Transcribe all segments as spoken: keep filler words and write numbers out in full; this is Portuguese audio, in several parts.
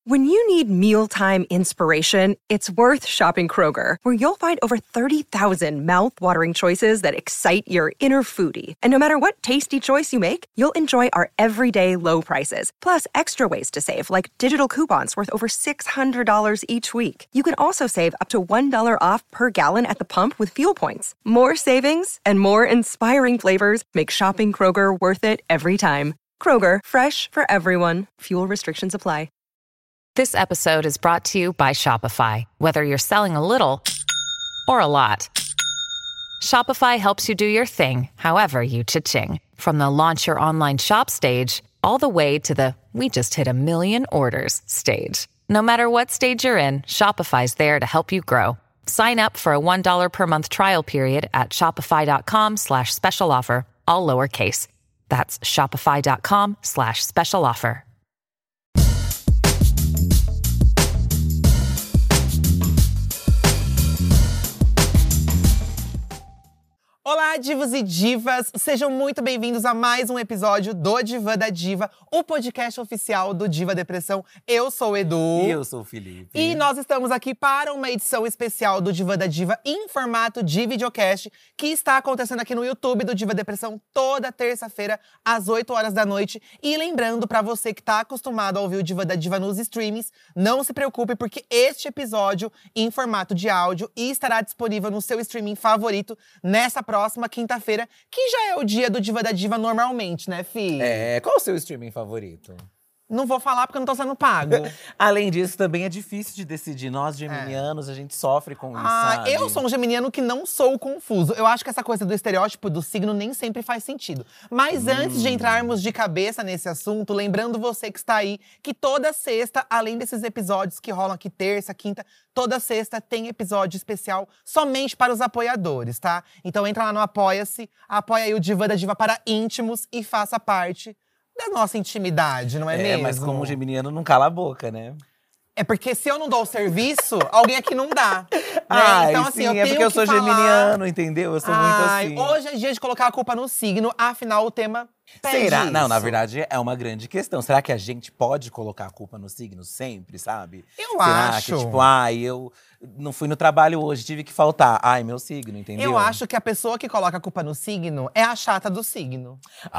When you need mealtime inspiration, it's worth shopping Kroger, where you'll find over thirty thousand mouth-watering choices that excite your inner foodie. And no matter what tasty choice you make, you'll enjoy our everyday low prices, plus extra ways to save, like digital coupons worth over six hundred dollars each week. You can also save up to one dollar off per gallon at the pump with fuel points. More savings and more inspiring flavors make shopping Kroger worth it every time. Kroger, fresh for everyone. Fuel restrictions apply. This episode is brought to you by Shopify. Whether you're selling a little or a lot, Shopify helps you do your thing, however you cha-ching. From the launch your online shop stage, all the way to the we just hit a million orders stage. No matter what stage you're in, Shopify's there to help you grow. Sign up for a one dollar per month trial period at shopify.com slash special offer, all lowercase. That's shopify.com slash special offer. Olá, divos e divas! Sejam muito bem-vindos a mais um episódio do Divã da Diva, o podcast oficial do Diva Depressão. Eu sou o Edu. E eu sou o Felipe. E nós estamos aqui para uma edição especial do Divã da Diva em formato de videocast, que está acontecendo aqui no YouTube do Diva Depressão toda terça-feira, às oito horas da noite. E lembrando pra você que tá acostumado a ouvir o Divã da Diva nos streamings, não se preocupe, porque este episódio em formato de áudio estará disponível no seu streaming favorito nessa próxima próxima quinta-feira, que já é o dia do Diva da Diva normalmente, né, Fih? É, qual o seu streaming favorito? Não vou falar porque eu não tô sendo pago. Além disso, também é difícil de decidir. Nós, geminianos, é. a gente sofre com isso, ah, sabe? Eu sou um geminiano que não sou confuso. Eu acho que essa coisa do estereótipo do signo nem sempre faz sentido. Mas hum. antes de entrarmos de cabeça nesse assunto, lembrando você que está aí, que toda sexta, além desses episódios que rolam aqui terça, quinta, toda sexta tem episódio especial somente para os apoiadores, tá? Então entra lá no Apoia-se, apoia aí o Divã da Diva para íntimos e faça parte da nossa intimidade, não é, é mesmo? É, mas como o geminiano não cala a boca, né? É porque se eu não dou o serviço, alguém aqui não dá. Né? Ah, então, assim, sim, eu é tenho porque eu que sou falar… geminiano, entendeu? Eu sou Ai, muito assim. Hoje é dia de colocar a culpa no signo, afinal o tema pede Será? isso. Não, na verdade é uma grande questão. Será que a gente pode colocar a culpa no signo sempre, sabe? Eu Será acho. que, tipo, ai, eu não fui no trabalho hoje, tive que faltar. Ai, meu signo, entendeu? Eu acho que a pessoa que coloca a culpa no signo é a chata do signo.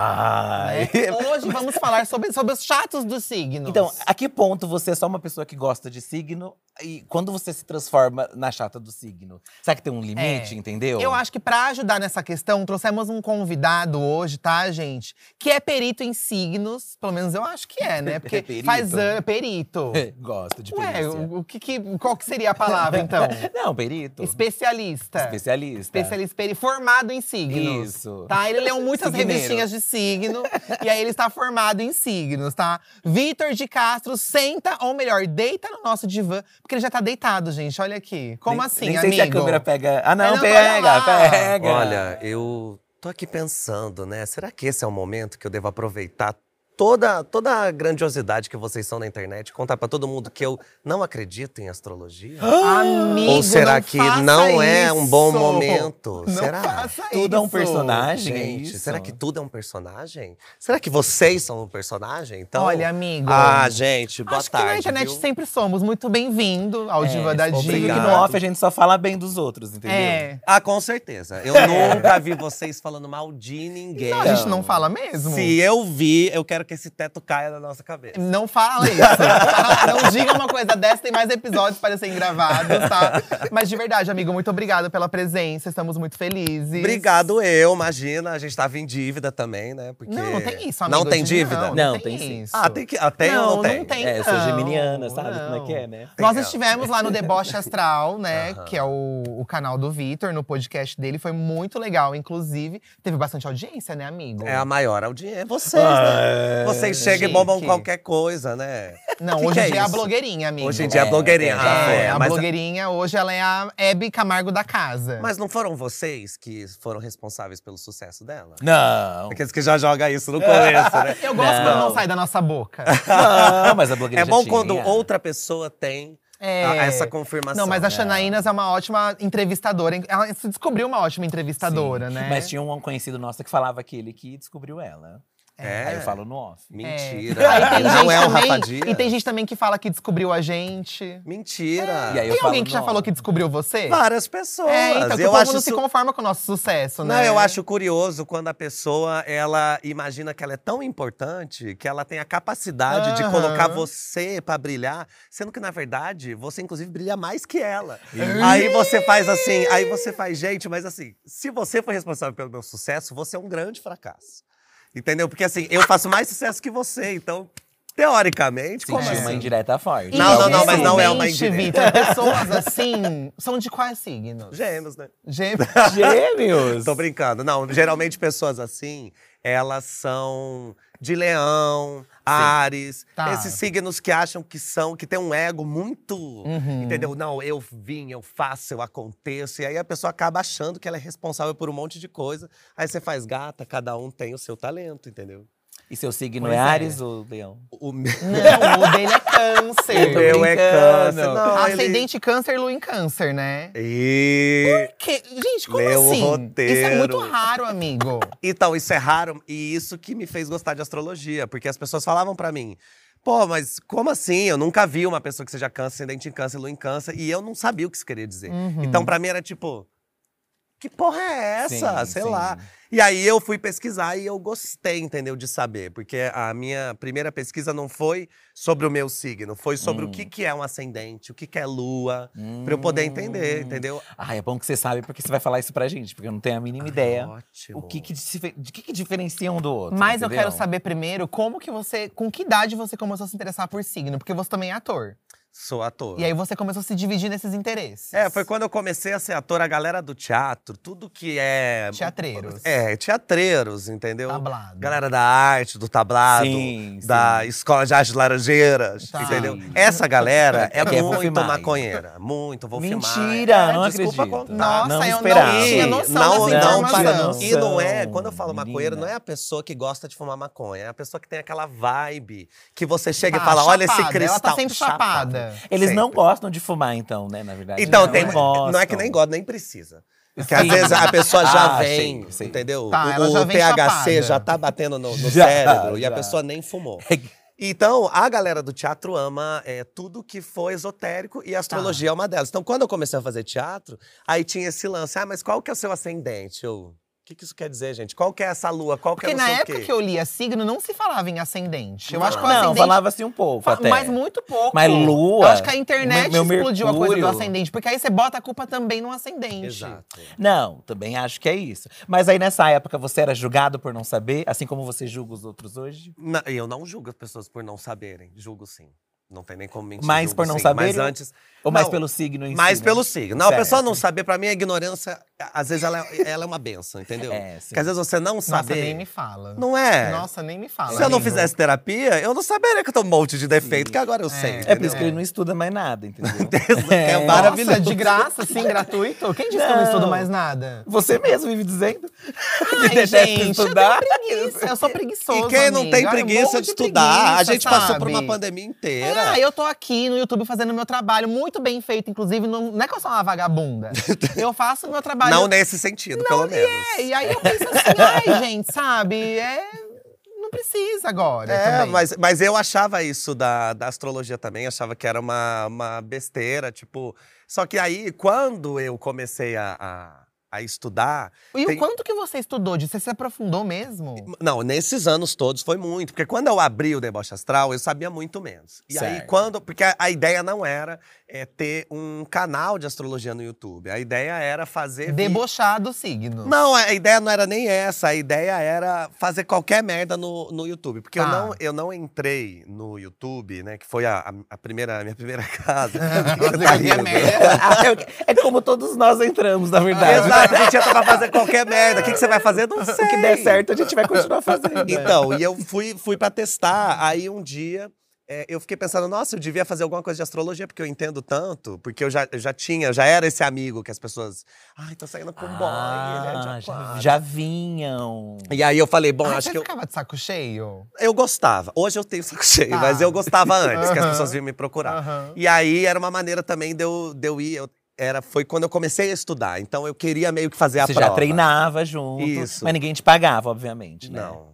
Ai. Né? Hoje vamos falar sobre, sobre os chatos dos signos. Então, a que ponto você é só uma pessoa que gosta de signo e quando você se transforma na chata do signo? Será que tem um limite, É. entendeu? Eu acho que pra ajudar nessa questão, trouxemos um convidado hoje, tá, gente? Que é perito em signos. Pelo menos eu acho que é, né? Porque É perito? faz ano… Perito. Gosto de Ué, perícia. o, o que, que qual que seria a palavra, então? Não, perito. Especialista. Especialista. Especialista, peri- formado em signos. Isso. Tá? Ele leu muitas Signeiro. revistinhas de signo. E aí ele está formado em signos, tá? Vitor de Castro senta, ou melhor, deita no nosso divã. Porque ele já tá deitado, gente. Olha aqui. Como nem, assim, nem amigo? sei se a câmera pega… Ah, não, É, não, pega, olha lá. pega. Olha, eu tô aqui pensando, né? Será que esse é o momento que eu devo aproveitar toda, toda a grandiosidade que vocês são na internet, contar pra todo mundo que eu não acredito em astrologia? Amigo, Ou será não que faça não é um bom isso. momento? Não Será? faça Tudo é um isso. personagem, é Gente, isso? será que tudo é um personagem? Será que vocês são um personagem? Então, Olha, amigo. Ah, gente, boa Acho tarde. que na internet viu? sempre somos. Muito bem-vindo ao Diva da Óbvio Diva. que no off a gente só fala bem dos outros, entendeu? É. Ah, com certeza. Eu nunca vi vocês falando mal de ninguém. Não, a gente não fala mesmo? Se eu vi, eu quero que esse teto caia da nossa cabeça. Não fala isso. Não diga uma coisa dessa, tem mais episódios para serem gravados, tá? Mas de verdade, amigo, muito obrigada pela presença. Estamos muito felizes. Obrigado eu, imagina. A gente tava em dívida também, né? Porque Não, não tem isso, amigo. Não tem de- dívida? Não, Não, não tem tem sim. isso. Ah, tem que. Até não, ou não tem? Não tem, É, eu sou não, geminiana, sabe não. como é que é, né? Nós Tem, estivemos lá no Deboche Astral, né? Que é o, o canal do Vitor, no podcast dele. Foi muito legal, inclusive. Teve bastante audiência, né, amigo? É a maior audiência. É vocês, né? Vocês chegam e bombam chique. qualquer coisa, né? Não, Que hoje que em é dia é a isso? blogueirinha, amigo. Hoje em dia é a blogueirinha. é, já já foi. É, a Mas, blogueirinha, hoje ela é a Hebe Camargo da casa. mas não foram vocês que foram responsáveis pelo sucesso dela? Não. Aqueles que já jogam isso no começo, né? Eu gosto Não. quando não sai da nossa boca. Não, mas a blogueira É já bom tinha. quando outra pessoa tem É. a- essa confirmação. Não, mas a né? Xanaínas é uma ótima entrevistadora. Ela se descobriu uma ótima entrevistadora, Sim. né? Mas tinha um conhecido nosso que falava que ele que descobriu ela. É. Aí eu falo no off. Mentira. Aí tem Não gente é o também, Rafa Dias? E tem gente também que fala que descobriu a gente. Mentira. E aí eu Tem falo alguém que já no falou off. que descobriu você? Várias pessoas. É, então, que eu o povo acho não se isso... conforma com o nosso sucesso, né? Não, eu acho curioso quando a pessoa, ela imagina que ela é tão importante que ela tem a capacidade de Aham. colocar você pra brilhar, sendo que, na verdade, você, inclusive, brilha mais que ela. Aí você faz assim, aí você faz, gente, mas assim, se você for responsável pelo meu sucesso, você é um grande fracasso. Entendeu? Porque assim, eu faço mais sucesso que você, então, teoricamente, como Senti assim? uma indireta forte. Não, não, não, E, mas não é uma geralmente, indireta. Vitor, pessoas assim são de quais signos? Gêmeos, né? Gêmeos. Gêmeos! Tô brincando. Não, geralmente pessoas assim, elas são de leão, Áries, Tá. esses signos que acham que são, que tem um ego muito, entendeu? Não, eu vim, eu faço, eu aconteço. E aí a pessoa acaba achando que ela é responsável por um monte de coisa. Aí você faz gata, cada um tem o seu talento, entendeu? E seu signo Pois é é. Áries ou Leão? O meu, Não, o dele é câncer. o meu é brincando. câncer. Não, ele... Ascendente câncer, lua em câncer, né? E... Que- Gente, como Lê o assim? roteiro. Isso é muito raro, amigo. Então, isso é raro e isso que me fez gostar de astrologia, porque as pessoas falavam pra mim, pô, mas como assim? Eu nunca vi uma pessoa que seja câncer, ascendente em câncer, lua em câncer, e eu não sabia o que isso queria dizer. Então, pra mim era tipo, que porra é essa? Sim, Sei sim. lá. E aí eu fui pesquisar e eu gostei, entendeu, de saber, porque a minha primeira pesquisa não foi sobre o meu signo, foi sobre Hum. o que que é um ascendente, o que que é lua, pra eu poder entender, entendeu? Ah, é bom que você sabe porque você vai falar isso pra gente, porque eu não tenho a mínima ideia. Ótimo. O que que, dife- de que que diferencia um do outro. Mas eu entendeu? quero saber primeiro como que você. Com que idade você começou a se interessar por signo? Porque você também é ator. Sou ator. E aí você começou a se dividir nesses interesses. É, foi quando eu comecei a ser ator, a galera do teatro, tudo que é… Teatreiros. É, teatreiros, entendeu? Tablado. Galera da arte, do tablado, Sim, da sim. escola de arte de Laranjeiras, Tá. entendeu? Essa galera é Que é muito Wolf Maia. maconheira, muito Wolf Maia. Mentira, É, não desculpa acredito. contar. Nossa, não eu esperava. não tinha E noção não, dessa não, informação. para- e não é, quando eu falo Menina. maconheiro, não é a pessoa que gosta de fumar maconha, é a pessoa que tem aquela vibe que você chega Tá, e fala, olha esse chapada, cristal. ela tá sempre chapada. Eles não Sempre. gostam de fumar, então, né, na verdade. Então, não tem, gostam. não é que nem gosta, nem precisa. Porque às Sim. vezes a pessoa já Ah, vem, sei, sei. entendeu? Tá, o ela já o vem T H C chapada. já tá batendo no, no Já, cérebro e a já. pessoa nem fumou. Então, a galera do teatro ama é, tudo que for esotérico e a astrologia é uma delas. Então, quando eu comecei a fazer teatro, aí tinha esse lance. Ah, mas qual que é o seu ascendente? Eu… O que, que isso quer dizer, gente? Qual que é essa lua? Qual que é Porque não na sei o época quê? que eu lia signo, não se falava em ascendente. Eu Não. acho que o Não, ascendente… falava-se um pouco Fa- até. Mas muito pouco. Mas lua, Eu acho que a internet meu- meu explodiu a coisa do Mercúrio. ascendente. Porque aí você bota a culpa também no ascendente. Exato. Não, também acho que é isso. Mas aí nessa época você era julgado por não saber, assim como você julga os outros hoje? Não, eu não julgo as pessoas por não saberem. Julgo sim. Não tem nem como mentir. Mais julgo por não sim. saber? Mas antes… Ou mais Não, pelo signo em si? Mais né? pelo signo. Não, a Certo. pessoa não saber, pra mim, a ignorância, às vezes, ela é, ela é uma benção, entendeu? É, sim. Porque às vezes você não Nossa, saber. nem me fala. Não é? Nossa, nem me fala. Se eu não amigo. fizesse terapia, eu não saberia que eu tenho um monte de defeito, que agora eu sei. É por isso entendeu? que ele não estuda mais nada, entendeu? É Nossa, maravilhoso. de graça, assim, gratuito? Quem disse que eu não estudo mais nada? Você mesmo vive dizendo que Ai, detesta gente, estudar. eu tenho preguiça. Eu sou preguiçoso, E quem não amiga. tem Eu preguiça morro de estudar? a preguiça, gente passou por sabe? uma pandemia inteira. É, eu tô aqui no YouTube fazendo meu trabalho, muito bem feito, inclusive. Não, não é que eu sou uma vagabunda. Eu faço meu trabalho. Não nesse sentido, pelo menos. É, e aí eu penso assim, ai, gente, sabe? É. Não precisa agora. É, também. mas, mas eu achava isso da, da astrologia também, achava que era uma, uma besteira, tipo… Só que aí, quando eu comecei a, a, a estudar… E tem- o quanto que você estudou disso? Você se aprofundou mesmo? Não, nesses anos todos foi muito. Porque quando eu abri o Deboche Astral, eu sabia muito menos. E aí, Certo. quando… Porque a, a ideia não era é, ter um canal de astrologia no YouTube. A ideia era fazer… vi- Debochar do signo. Não, a ideia não era nem essa. A ideia era fazer qualquer merda no, no YouTube. Porque eu, Tá. não, eu não entrei no YouTube, né? Que foi a, a, a primeira, a minha primeira casa. Fazer Tá qualquer rindo. merda. É como todos nós entramos, na verdade. Exato, a gente entra pra fazer qualquer merda. O que, que você vai fazer? Não sei. O que der certo, a gente vai continuar fazendo. Então, e eu fui, fui pra testar. Aí um dia é, eu fiquei pensando, nossa, eu devia fazer alguma coisa de astrologia, porque eu entendo tanto. Porque eu já, eu já tinha, eu já era esse amigo que as pessoas. Ai, tô saindo com um boy, ele é de Ah, já, aquário." já vinham. E aí eu falei, bom, Ai, acho você que eu. ficava de saco cheio? Eu gostava. Hoje eu tenho saco cheio, Tá. mas eu gostava antes, que as Aham. pessoas vinham me procurar. Aham. E aí era uma maneira também de eu, de eu ir. Eu, era, foi quando eu comecei a estudar. Então eu queria meio que fazer a Você prova. já treinava junto, Isso. mas ninguém te pagava, obviamente, né? Não.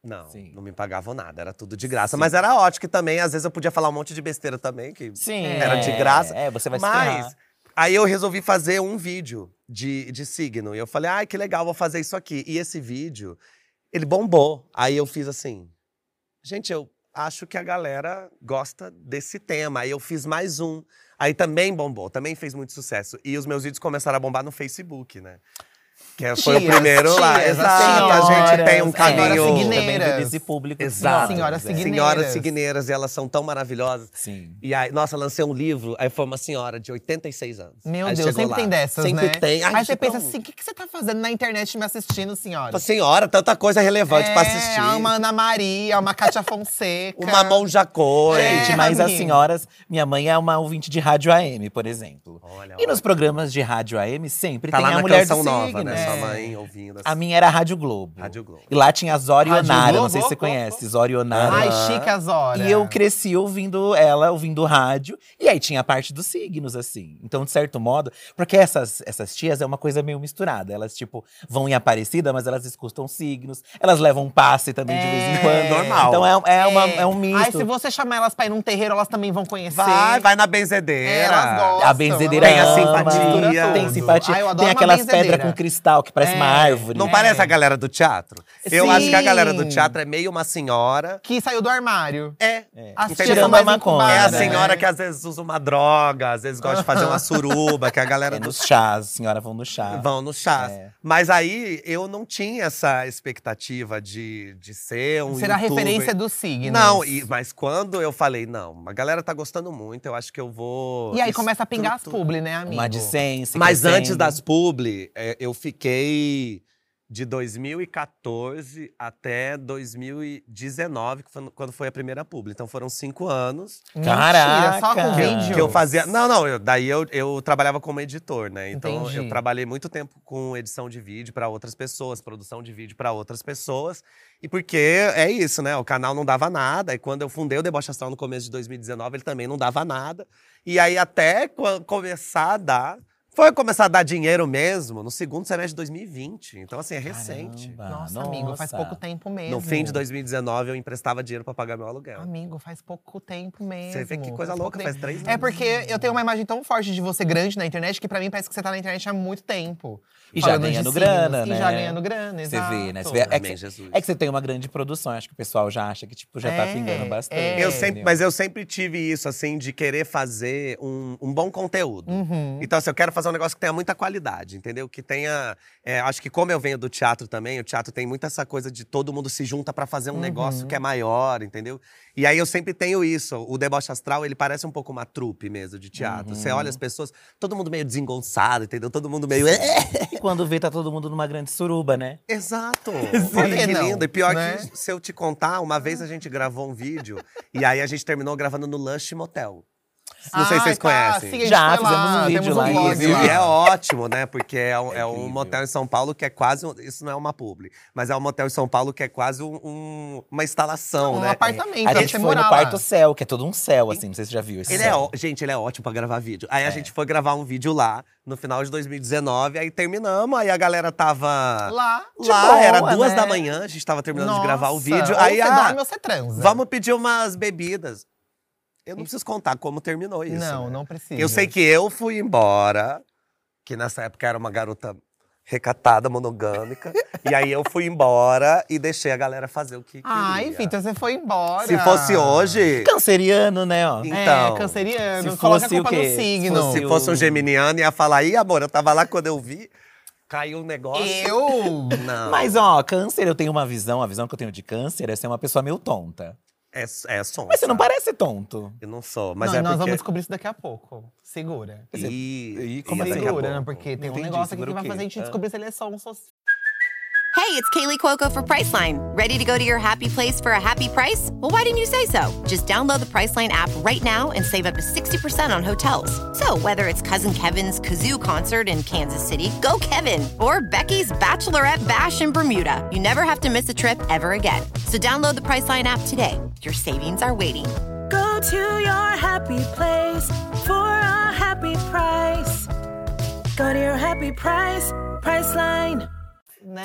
Não, Sim. não me pagavam nada, era tudo de graça. Sim. Mas era ótimo que também, às vezes eu podia falar um monte de besteira também, que Sim, era de graça. É, você vai se Mas ferrar. aí eu resolvi fazer um vídeo de, de signo. E eu falei, ai, que legal, vou fazer isso aqui. E esse vídeo, ele bombou. Aí eu fiz assim, gente, eu acho que a galera gosta desse tema. Aí eu fiz mais um. Aí também bombou, também fez muito sucesso. E os meus vídeos começaram a bombar no Facebook, né? Que foi Tias, o primeiro lá. tias, Exato, a gente tem um senhoras, caminho… senhoras Também signeiras. desse público. de Exato. Senhoras é. signeiras. Senhoras signeiras, e elas são tão maravilhosas. Sim. E aí, nossa, lancei um livro, aí foi uma senhora de oitenta e seis anos. Meu Aí Deus, chegou sempre lá. tem dessas, sempre né? tem. Ai, Aí você então, pensa assim, o que, que você tá fazendo na internet me assistindo, senhora? Senhora, tanta coisa relevante é, pra assistir. uma Ana Maria, uma Cátia Fonseca. Uma Monja Cor. É, Gente, mas as amigo. senhoras… Minha mãe é uma ouvinte de rádio A M, por exemplo. Olha, e nos olha. programas de rádio A M sempre Tá tem lá a na mulher Canção do Nova, signo. né? É. Sua mãe ouvindo. Assim. A minha era a Rádio Globo. Rádio Globo. E lá tinha a Zora Rádio Ionara, não Globo? sei se você conhece. Zora Ionara. Ai, chique as horas. E eu cresci ouvindo ela, ouvindo rádio. E aí tinha a parte dos signos, assim. Então, de certo modo… Porque essas, essas tias é uma coisa meio misturada. Elas, tipo, vão em Aparecida, mas elas escutam signos. Elas levam um passe também de vez em É, quando. normal. Então é, é, uma, é um misto. Aí se você chamar elas pra ir num terreiro, elas também vão conhecer. Vai, vai na É, benzedeira. elas gostam. A benzedeira Tem a ama, simpatia. Tem simpatia. Ai, eu adoro tem uma aquelas benzedeira. pedras com cristal, que parece É. uma árvore. Não É. parece a galera do teatro? Eu Sim. acho que a galera do teatro é meio uma senhora. Que saiu do armário. É. As Entendeu? tias Tirando são mais a maconha, É a incubadas, né? senhora né? que às vezes usa uma droga, às vezes gosta de fazer uma suruba, que a galera É do nos chás, senhora vão no chá. vão no chá. É. Mas aí eu não tinha essa expectativa de, de ser um Será a youtuber. referência do signo. Não, e- mas quando eu falei, não, a galera tá gostando muito, eu acho que eu vou… E aí isso- começa a pingar as tudo- publi, né, amigo? Uma AdSense. Mas crescendo. antes das publi, é, eu fiquei de dois mil e quatorze até dois mil e dezenove, que foi quando foi a primeira publi. Então foram cinco anos Mentira, Caraca! só com Que- vídeo. que eu fazia… Não, não, eu- daí eu, eu trabalhava como editor, né? Então Entendi. eu trabalhei muito tempo com edição de vídeo para outras pessoas, produção de vídeo para outras pessoas. E porque é isso, né? O canal não dava nada. E quando eu fundei o Deboche Astral no começo de dois mil e dezenove, ele também não dava nada. E aí até co- começar a dar… Foi começar a dar dinheiro mesmo no segundo semestre de dois mil e vinte. Então, assim, é recente. Caramba, Nossa, amigo, faz pouco tempo mesmo. No fim de dois mil e dezenove, eu emprestava dinheiro pra pagar meu aluguel. Amigo, faz pouco tempo mesmo. Você vê que coisa Faz louca, pouco faz tempo. três É anos. porque eu tenho uma imagem tão forte de você grande na internet que pra mim parece que você tá na internet há muito tempo. E já Falando de ganhando signos. grana, E né? já ganhando grana, Você exato. vê, né? Você vê, é, Amém, que, Jesus. é que você tem uma grande produção. Acho que o pessoal já acha que, tipo, já tá É, pingando bastante. é. Eu sempre, entendeu? mas eu sempre tive isso, assim, de querer fazer um, um bom conteúdo. Uhum. Então, assim, eu quero fazer um negócio que tenha muita qualidade, entendeu? Que tenha… é, acho que como eu venho do teatro também, o teatro tem muito essa coisa de todo mundo se junta pra fazer um Uhum. negócio que é maior, entendeu? E aí eu sempre tenho isso. O Deboche Astral, ele parece um pouco uma trupe mesmo de teatro. Você olha as pessoas, todo mundo meio desengonçado, entendeu? Todo mundo meio… E quando vê, tá todo mundo numa grande suruba, né? Exato! Por Olha que que não, lindo. E pior né? que, se eu te contar, uma vez a gente gravou um vídeo e aí a gente terminou gravando no Lush Motel. Não sei se Ai, vocês tá, conhecem. sim, a gente Já, foi lá, fizemos um vídeo temos lá, um vlog Inclusive, lá. é ótimo, né? Porque é, um, É é um incrível. motel em São Paulo que é quase… Um, isso não é uma publi, mas é um motel em São Paulo que é quase um- um- uma instalação, Um né? apartamento, A pra gente você foi morar no lá. quarto céu, que é todo um céu, assim. Não sei se você já viu esse Ele é, céu. ó- gente, ele é ótimo pra gravar vídeo. Aí a É. gente foi gravar um vídeo lá, no final de dois mil e dezenove, aí terminamos, aí a galera tava… Lá. De Lá, boa, era duas né? da manhã, a gente tava terminando de gravar o Nossa, vídeo. ou Aí, você ah, dorme ou você transa. vamos pedir umas bebidas. Eu não preciso contar como terminou isso. Não, né? não precisa. Eu sei que eu fui embora, que nessa época era uma garota recatada, monogâmica. E aí eu fui embora e deixei a galera fazer o que queria. Ai, Vitor, você foi embora. Se fosse hoje… Canceriano, né, ó. Então, é, canceriano. se Coloca fosse a culpa o quê? no signo. se fosse um geminiano, ia falar, ih, amor, eu tava lá quando eu vi, caiu um negócio. Eu? Não. Mas, ó, câncer, eu tenho uma visão. A visão que eu tenho de câncer é ser uma pessoa meio tonta. É, é som. Mas você não parece tonto. Eu não sou, mas Não, é nós porque… vamos descobrir isso daqui a pouco. Segura. E, E como e assim? daqui a Segura, né? pouco? Porque tem Não um entendi, negócio aqui segura que o vai quê? fazer a gente Ah. descobrir se ele é só um social. Hey, it's Kaylee Cuoco for Priceline. Ready to go to your happy place for a happy price? Well, why didn't you say so? Just download the Priceline app right now and save up to sixty percent on hotels. So, whether it's Cousin Kevin's Kazoo concert in Kansas City, go Kevin, or Becky's Bachelorette Bash in Bermuda, you never have to miss a trip ever again. So, download the Priceline app today. Your savings are waiting. Go to your happy place for a happy price. Go to your happy price, Priceline. né?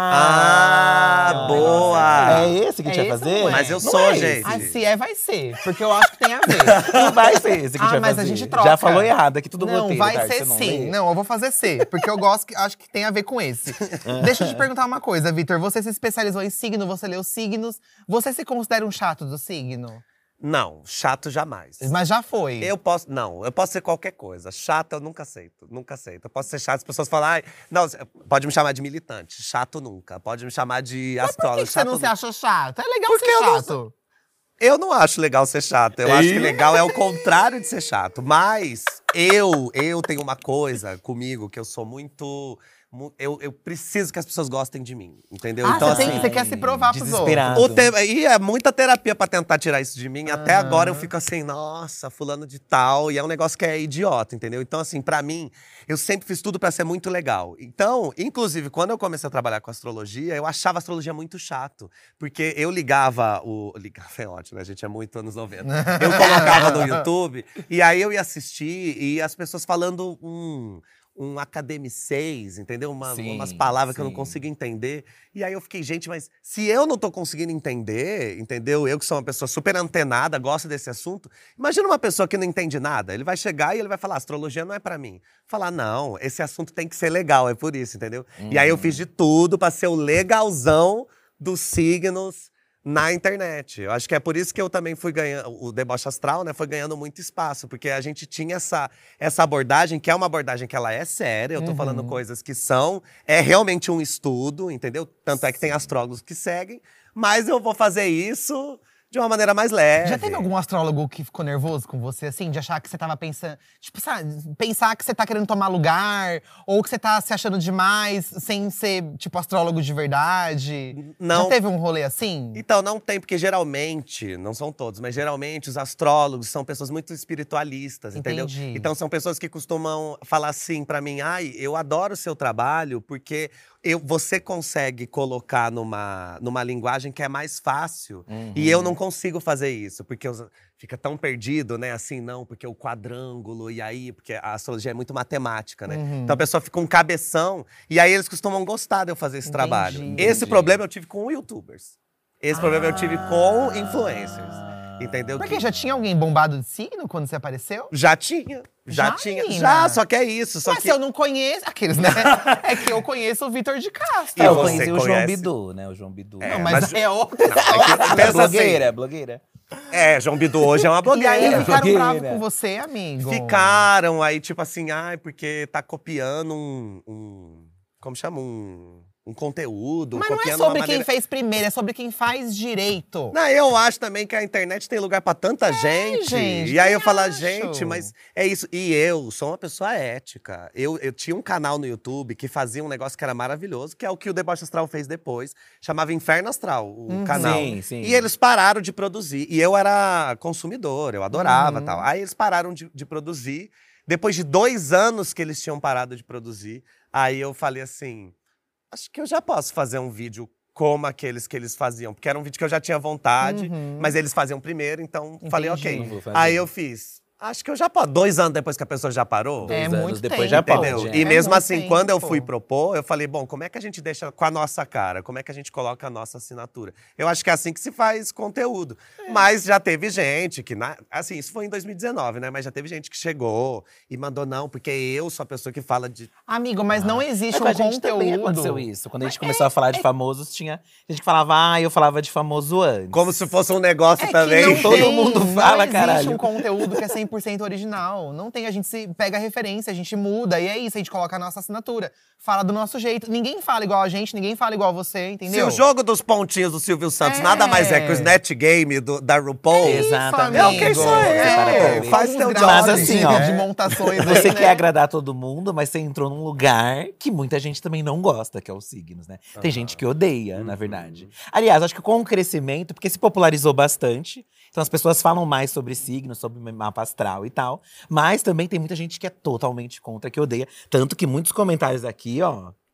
Ah, Ah, boa! É esse que a gente É vai esse fazer? ou não é? Mas eu Não sou, é gente. Ah, se é, vai ser. Porque eu acho que tem a ver. Não vai ser esse que a gente Ah, vai mas a fazer. gente troca. Já falou errado aqui, tudo Não, roteiro, vai Tarso, ser você não sim. lê? Não, eu vou fazer C, porque eu gosto, que, acho que tem a ver com esse. Deixa eu te perguntar uma coisa, Vitor. Você se especializou em signo, você leu signos. Você se considera um chato do signo? Não, chato jamais. Mas já foi. Eu posso. Não, eu posso ser qualquer coisa. Chato eu nunca aceito. Nunca aceito. Eu posso ser chato, as pessoas falam, ai, não, pode me chamar de militante. Chato nunca. Pode me chamar de Mas por astrólogo. que, que você chato não se nunca. acha chato? É legal Porque ser eu não chato. Eu não acho legal ser chato. Eu acho que legal é o contrário de ser chato. Mas eu, eu tenho uma coisa comigo que eu sou muito. mu- Eu, eu preciso que as pessoas gostem de mim, entendeu? Ah, então, você, tem- assim, você quer se provar pros outros. desesperado. o te- E é muita terapia pra tentar tirar isso de mim. Até agora eu fico assim, nossa, fulano de tal. E é um negócio que é idiota, entendeu? Então, assim, pra mim, eu sempre fiz tudo pra ser muito legal. Então, inclusive, quando eu comecei a trabalhar com astrologia, eu achava a astrologia muito chato. Porque eu ligava o… Ligava é ótimo, né? A gente é muito anos noventa. Eu colocava no YouTube, e aí eu ia assistir, e as pessoas falando um… um academicês, entendeu? Uma- Sim, umas palavras que eu não sim. consigo entender. E aí eu fiquei, gente, mas se eu não tô conseguindo entender, entendeu? Eu que sou uma pessoa super antenada, gosto desse assunto. Imagina uma pessoa que não entende nada. Ele vai chegar e ele vai falar, astrologia não é pra mim. Falar, não, esse assunto tem que ser legal, é por isso, entendeu? E aí eu fiz de tudo pra ser o legalzão dos signos na internet. Eu acho que é por isso que eu também fui ganhando, o Deboche Astral, né, foi ganhando muito espaço, porque a gente tinha essa, essa abordagem, que é uma abordagem que ela é séria, eu tô falando coisas que são, é realmente um estudo, entendeu? Tanto é que tem astrólogos que seguem, mas eu vou fazer isso de uma maneira mais leve. Já teve algum astrólogo que ficou nervoso com você, assim? De achar que você tava pensando… Tipo, sabe? Pensar que você tá querendo tomar lugar. Ou que você tá se achando demais, sem ser, tipo, astrólogo de verdade. Não. Já teve um rolê assim? Então, não tem, porque geralmente, não são todos, mas geralmente os astrólogos são pessoas muito espiritualistas, entendeu? Entendi. Então, são pessoas que costumam falar assim pra mim, ai, eu adoro o seu trabalho, porque eu, você consegue colocar numa, numa linguagem que é mais fácil. E eu não consigo fazer isso, porque eu, fica tão perdido, né? Assim, não, porque o quadrângulo, e aí… Porque a astrologia é muito matemática, né? Então a pessoa fica um cabeção, e aí eles costumam gostar de eu fazer esse Entendi, trabalho. entendi. Esse problema eu tive com youtubers. Esse problema eu tive com influencers. Entendeu? Porque Que já tinha alguém bombado de signo quando você apareceu? já tinha. Já, Já, tinha. menina? Já, só que é isso. Só Mas que se eu não conheço… Aqueles, né? É que eu conheço o Vitor de Castro. E eu você conheci o João conhece? Bidu, né? O João Bidu. É, Não, mas, mas- é outra Não, é que- história. pensa blogueira, assim, blogueira. É, João Bidu hoje é uma E aí blogueira. ficaram blogueira. bravos com você, amigo? Ficaram aí, tipo assim, ai, porque tá copiando um. um como chama? Um, um conteúdo. Mas não é copiando sobre uma quem maneira… fez primeiro, é sobre quem faz direito. Não, eu acho também que a internet tem lugar pra tanta gente. gente, E aí eu também falo, acho. gente, mas é isso. E eu sou uma pessoa ética. Eu, eu tinha um canal no YouTube que fazia um negócio que era maravilhoso, que é o que o Deboche Astral fez depois. Chamava Inferno Astral, o canal. Sim, sim. E eles pararam de produzir. E eu era consumidor, eu adorava tal. Aí eles pararam de, de produzir. Depois de dois anos que eles tinham parado de produzir, aí eu falei assim… Acho que eu já posso fazer um vídeo como aqueles que eles faziam. Porque era um vídeo que eu já tinha vontade, mas eles faziam primeiro, então falei, ok. Não vou fazer. Aí eu fiz. Acho que eu já posso. Dois anos depois que a pessoa já parou. É Dois anos muito depois tempo. já pode, Entendeu? é. E É mesmo muito assim, quando eu tempo. fui propor, eu falei, bom, como é que a gente deixa com a nossa cara? Como é que a gente coloca a nossa assinatura? Eu acho que é assim que se faz conteúdo. É. Mas já teve gente que, na- assim, isso foi em dois mil e dezenove, né? Mas já teve gente que chegou e mandou não, porque eu sou a pessoa que fala de… Amigo, mas não existe Mas com a um gente também aconteceu conteúdo. isso. Quando a gente começou a falar de famosos, tinha gente que falava, ah, eu falava de famoso antes. Como se fosse um negócio É que também. não Todo tem, mundo não fala, existe caralho. um conteúdo que é cem por cento original. Não tem, a gente se pega a referência, a gente muda. E é isso, a gente coloca a nossa assinatura. Fala do nosso jeito. Ninguém fala igual a gente, ninguém fala igual a você, Se entendeu? o jogo dos pontinhos do Silvio Santos É. nada mais é que o Snatch Game do, da RuPaul… É isso, Exatamente. amigo. É o que sou eu. É, Faz teu alguns job. graus Mas assim, de- ó, de montações Você aí, quer né? agradar todo mundo, mas você entrou num lugar que muita gente também não gosta, que é os signos, né? Tem gente que odeia, na verdade. Aliás, acho que com o crescimento, porque se popularizou bastante, então as pessoas falam mais sobre signos, sobre mapa astral e tal. Mas também tem muita gente que é totalmente contra, que odeia. Tanto que muitos comentários aqui, ó…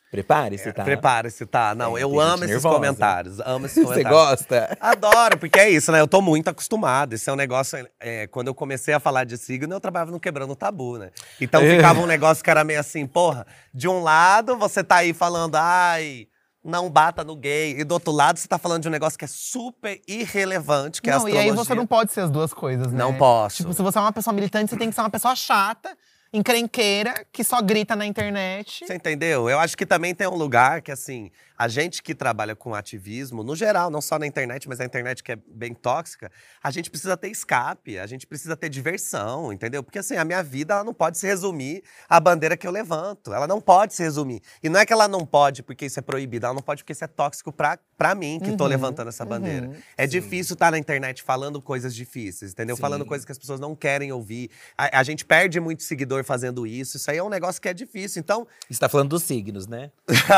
Prepare-se, tá? Prepare-se, tá? Não, É, eu tem amo gente esses nervosa. comentários. Amo esses Você comentários. gosta? Adoro, porque é isso, né? Eu tô muito acostumado. Esse é um negócio. É, quando eu comecei a falar de signo, eu trabalhava no Quebrando o Tabu, né? Então ficava um negócio que era meio assim, porra, de um lado você tá aí falando, ai, não bata no gay. E do outro lado, você tá falando de um negócio que é super irrelevante, que é a Não, e astrologia. aí você não pode ser as duas coisas, né? Não posso. Tipo, se você é uma pessoa militante, você tem que ser uma pessoa chata, encrenqueira, que só grita na internet. Você entendeu? Eu acho que também tem um lugar que, assim, a gente que trabalha com ativismo, no geral, não só na internet, mas a internet que é bem tóxica, a gente precisa ter escape, a gente precisa ter diversão, entendeu? Porque, assim, a minha vida, ela não pode se resumir à bandeira que eu levanto. Ela não pode se resumir. E não é que ela não pode porque isso é proibido, ela não pode porque isso é tóxico pra, pra mim, que tô levantando essa bandeira. É difícil estar na internet falando coisas difíceis, entendeu? Sim. Falando coisas que as pessoas não querem ouvir. A, a gente perde muito seguidor fazendo isso. Isso aí é um negócio que é difícil. Então, Você tá falando dos signos, né?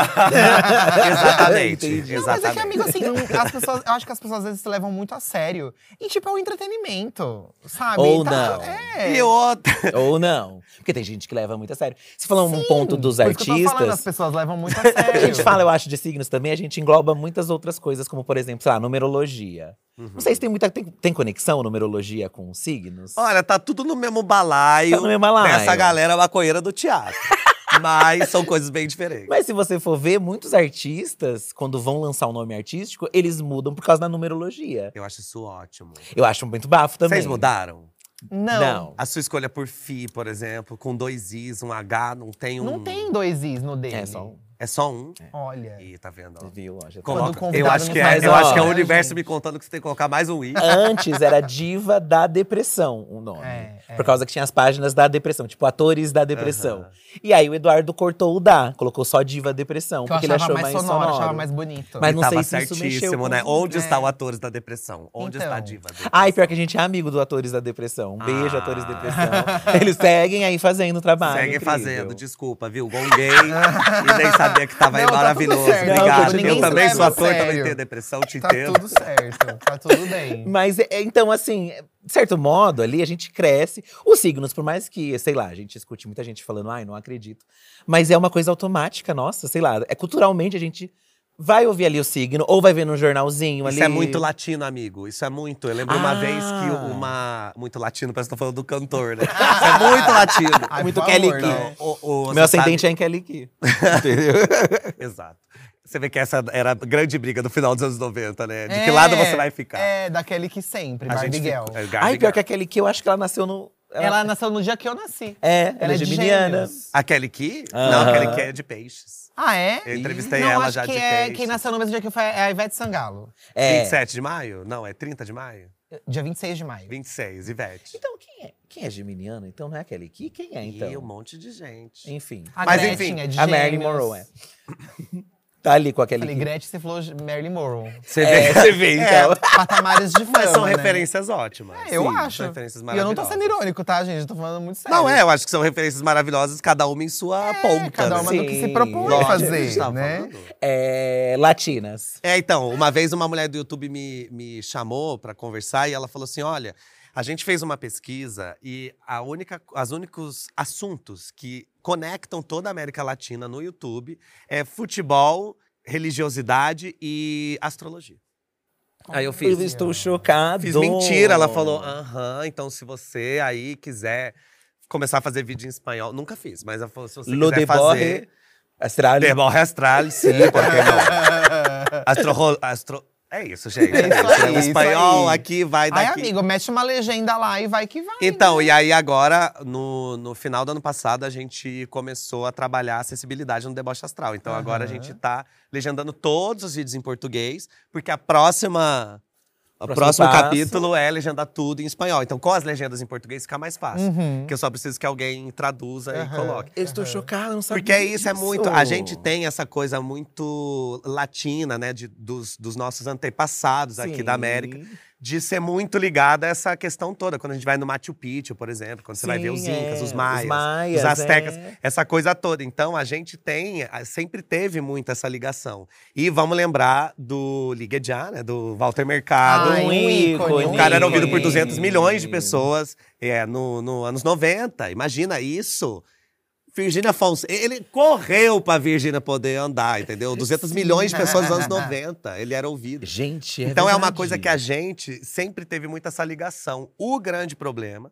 exatamente. Entendi. Não, mas é que, exatamente. amigo, assim, não- as pessoas, eu acho que as pessoas às vezes se levam muito a sério. E, tipo, é um entretenimento, sabe? Ou Tá- não. É. E outra. Ou não. Porque tem gente que leva muito a sério. Se falar um ponto dos Por isso que eu tô falando, as artistas. pessoas levam muito a O que sério. a gente fala, eu acho, de signos também, a gente engloba muitas outras coisas, como, por exemplo, sei lá, numerologia. Não sei se tem muita. Tem, tem conexão numerologia com signos? Olha, tá tudo no mesmo balaio. Tá no mesmo balaio. Dessa galera maconheira do teatro. Mas são coisas bem diferentes. Mas se você for ver, muitos artistas, quando vão lançar um nome artístico, eles mudam por causa da numerologia. Eu acho isso ótimo. Eu acho muito bafo também. Vocês mudaram? Não. Não. A sua escolha por Fi, por exemplo, com dois Is, um H, não tem um. Não tem dois Is no dele. É só um. É só um? Olha. Ih, tá vendo? ó? Viu? Ó, já tá- Quando Coloca- o convidado eu acho não que, é, faz eu a acho que é o hora, universo gente. me contando que você tem que colocar mais um I. Antes era Diva da Depressão o nome. É, é. Por causa que tinha as páginas da depressão, tipo, atores da depressão. E aí o Eduardo cortou o da, colocou só Diva Depressão, Que eu porque ele achava achou mais mais sonoro, sonoro. achava mais bonito. Mas E não tava sei se isso mexeu certíssimo, com- né? Onde É. está o Atores da Depressão? Onde Então. está a Diva da Depressão? Ai, pior que a gente é amigo do Atores da Depressão. Um beijo, Ah. Atores da Depressão. Eles seguem aí fazendo o trabalho. Seguem incrível. fazendo, desculpa, viu? Gonguei e nem sabia que tava aí Não, tá tudo maravilhoso. certo. Não, Obrigado. continua. Eu Ninguém também se sou leva a ator, também sério. tenho depressão, te Tá entendo. tudo certo, tá tudo bem. Mas, é, então, assim, de certo modo, ali a gente cresce. Os signos, por mais que, sei lá, a gente escute muita gente falando, ai, não acredito. Mas é uma coisa automática, nossa, sei lá. É culturalmente a gente vai ouvir ali o signo, ou vai ver num jornalzinho ali. Isso é muito latino, amigo. Isso é muito. Eu lembro uma Ah. vez que uma. Muito latino, parece que tô falando do cantor, né? Isso é muito latino. Ai, Muito por Kelly favor, Key. não. O- o- Meu você ascendente sabe- é em Kelly Key. Entendeu? Exato. Você vê que essa era a grande briga do final dos anos noventa, né? De que lado você vai ficar? É, daquele que sempre, A Barbie gente Girl. fica- é, Barbie Ai, pior Girl. que a Kelly Key, eu acho que ela nasceu no… Ela nasceu no dia que eu nasci. É, ela é de geminiana. Gêmeos. A Kelly Key? Aham. Não, a Kelly Key é de peixes. Ah, é? Eu entrevistei Não, ela acho já que de é, peixes. quem nasceu no mesmo dia que eu foi é a Ivete Sangalo. É. vinte e sete de maio? Não, é trinta de maio? Dia vinte e seis de maio. vinte e seis, Ivete. Então, quem é? Quem é geminiano? Então não é a Kelly Key? Quem é, então? E um monte de gente. Enfim. A Mas, Gretchen enfim, é de A Marilyn Gêmeos. Monroe, é. Tá ali com a Kelly Falei, Key. Gretchen, você falou Marilyn Monroe. Você É, você vê, então. Patamares de fama, Mas são né? referências ótimas. É, eu Sim, acho. São referências E eu não tô maravilhosas. sendo irônico, tá, gente? Eu tô falando muito sério. Não, é, eu acho que são referências maravilhosas, cada uma em sua É, ponta. cada né? uma do que se Sim. propõe Lógico, a gente fazer, tava né? falando. É, latinas. É, então, uma vez uma mulher do YouTube me, me chamou pra conversar e ela falou assim: olha, a gente fez uma pesquisa e a única, as únicos assuntos que conectam toda a América Latina no YouTube é futebol, religiosidade e astrologia. Aí eu fiz. Eu estou chocado. Fiz mentira. Ela falou, aham, então se você aí quiser começar a fazer vídeo em espanhol. Nunca fiz, mas ela falou, se você Lo quiser de fazer… borre, astral. De borre astral, sim, por que não? Astro… astro é isso, gente. É isso aí, o espanhol isso aí. aqui vai Ai, daqui. amigo, mete uma legenda lá e vai que vai. Então, né? e aí agora, no, no final do ano passado, a gente começou a trabalhar a acessibilidade no deboche astral. Então agora a gente tá legendando todos os vídeos em português, porque a próxima… O Próximo próximo passo. capítulo é legendar tudo em espanhol. Então, com as legendas em português fica mais fácil. Uhum. Porque eu só preciso que alguém traduza e coloque. Eu estou chocado, não sabia Porque é isso, é disso. muito… A gente tem essa coisa muito latina, né? De, dos, dos nossos antepassados aqui Sim. da América. De ser muito ligada a essa questão toda. Quando a gente vai no Machu Picchu, por exemplo. Quando você vai ver os Sim, incas, é, os maias, os maias, os astecas. é. Essa coisa toda. Então, a gente tem… Sempre teve muito essa ligação. E vamos lembrar do Ligue Já, né? Do Walter Mercado. Ai, um ícone, O cara era ouvido por ícone. duzentos milhões de pessoas é, no, no anos noventa. Imagina isso. Virgínia Fonseca, ele correu pra Virgínia poder andar, entendeu? duzentos milhões de pessoas nos anos noventa, ele era ouvido. Gente, é Então é uma verdade. coisa que a gente sempre teve muito essa ligação. O grande problema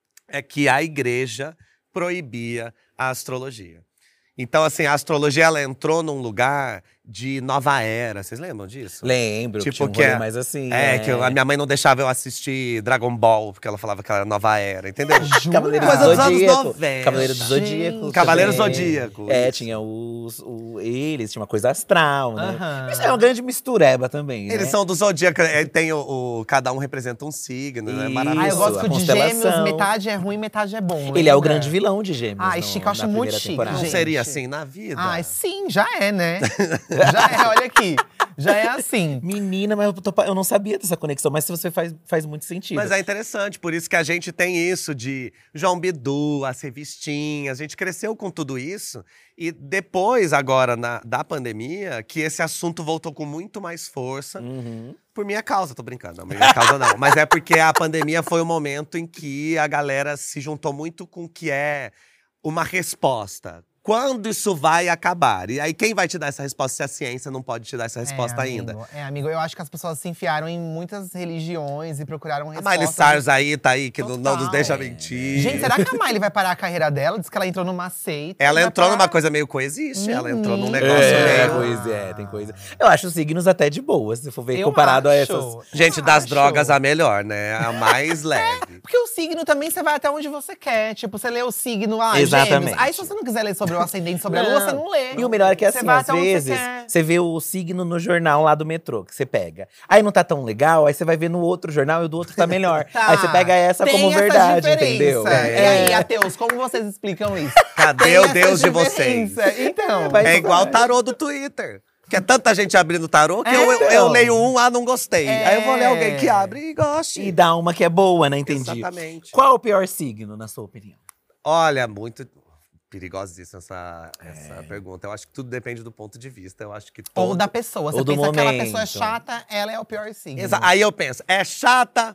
é que a igreja proibia a astrologia. Então, assim, a astrologia, ela entrou num lugar de nova era. Vocês lembram disso? Lembro, Tipo, tinha um que rolê é, mais assim. É, é. que a minha mãe não deixava eu assistir Dragon Ball, porque ela falava que era nova era, entendeu? Cavaleiro Coisa do dos anos Zodíaco. noventa. Cavaleiro do Zodíaco. Cavaleiro também. Zodíaco, É, isso. tinha os, o, eles, tinha uma coisa astral, né? Aham. Isso é uma grande mistureba também, né? Eles são do Zodíaco, é, tem o, o- cada um representa um signo, né? Isso. Maravilhoso. Ah, eu gosto a que o de constelação. Gêmeos, metade é ruim, metade é bom. Ele é o lembra? grande vilão de Gêmeos. Ai, no- chique, eu acho na muito primeira chique, temporada. Não gente. seria assim na vida? Ai, sim, já é, né? já é, olha aqui. Já é assim. Menina, mas eu, tô pa- eu não sabia dessa conexão, mas se você faz, faz muito sentido. Mas é interessante, por isso que a gente tem isso de João Bidu, as revistinhas, a gente cresceu com tudo isso. E depois, agora, na, da pandemia, que esse assunto voltou com muito mais força. Uhum. Por minha causa, tô brincando, não, minha causa não. Mas é porque a pandemia foi o momento em que a galera se juntou muito com o que é uma resposta. Quando isso vai acabar? E aí, quem vai te dar essa resposta se a ciência não pode te dar essa resposta é, ainda? amigo, É, amigo, eu acho que as pessoas se enfiaram em muitas religiões e procuraram A respostas. Miley Cyrus aí, tá aí, que não, não nos Total. deixa É. mentir. Gente, será que a Miley vai parar a carreira dela? Diz que ela entrou numa seita. Ela vai entrou parar- numa coisa meio coexiste, ela entrou num Hum. negócio É, meio… coisa, é, tem coisa. Eu acho os signos até de boa, se for ver Eu comparado a acho. essas. Gente, Eu das acho. drogas a melhor, né? A mais leve. Porque o signo também você vai até onde você quer. Tipo, você lê o signo, ah, Exatamente. Gêmeos. Aí se você não quiser ler sobre o ascendente, sobre a Não. lua, você não lê. E o melhor é que Você assim, vai às até onde você vezes, quer. você vê o signo no jornal lá do metrô, que você pega. Aí não tá tão legal, aí você vai ver no outro jornal e o do outro tá melhor. Tá. Aí você pega essa Tem como essa verdade, diferença. entendeu? E aí, ateus, como vocês explicam isso? Cadê Tem o essa Deus de vocês? diferença. Então, Vai- É igual o tarô do Twitter. Que é tanta gente abrindo tarô que É, eu, eu, eu então. leio um, ah, não gostei. É. Aí eu vou ler alguém que abre e goste. E dá uma que é boa, né? Entendi. Exatamente. Qual é o pior signo, na sua opinião? Olha, muito perigosíssima essa, essa pergunta. Eu acho que tudo depende do ponto de vista. Eu acho que todo… ou da pessoa. Você Ou do pensa que aquela momento. pessoa é chata, ela é o pior signo. Exa- Aí eu penso, é chata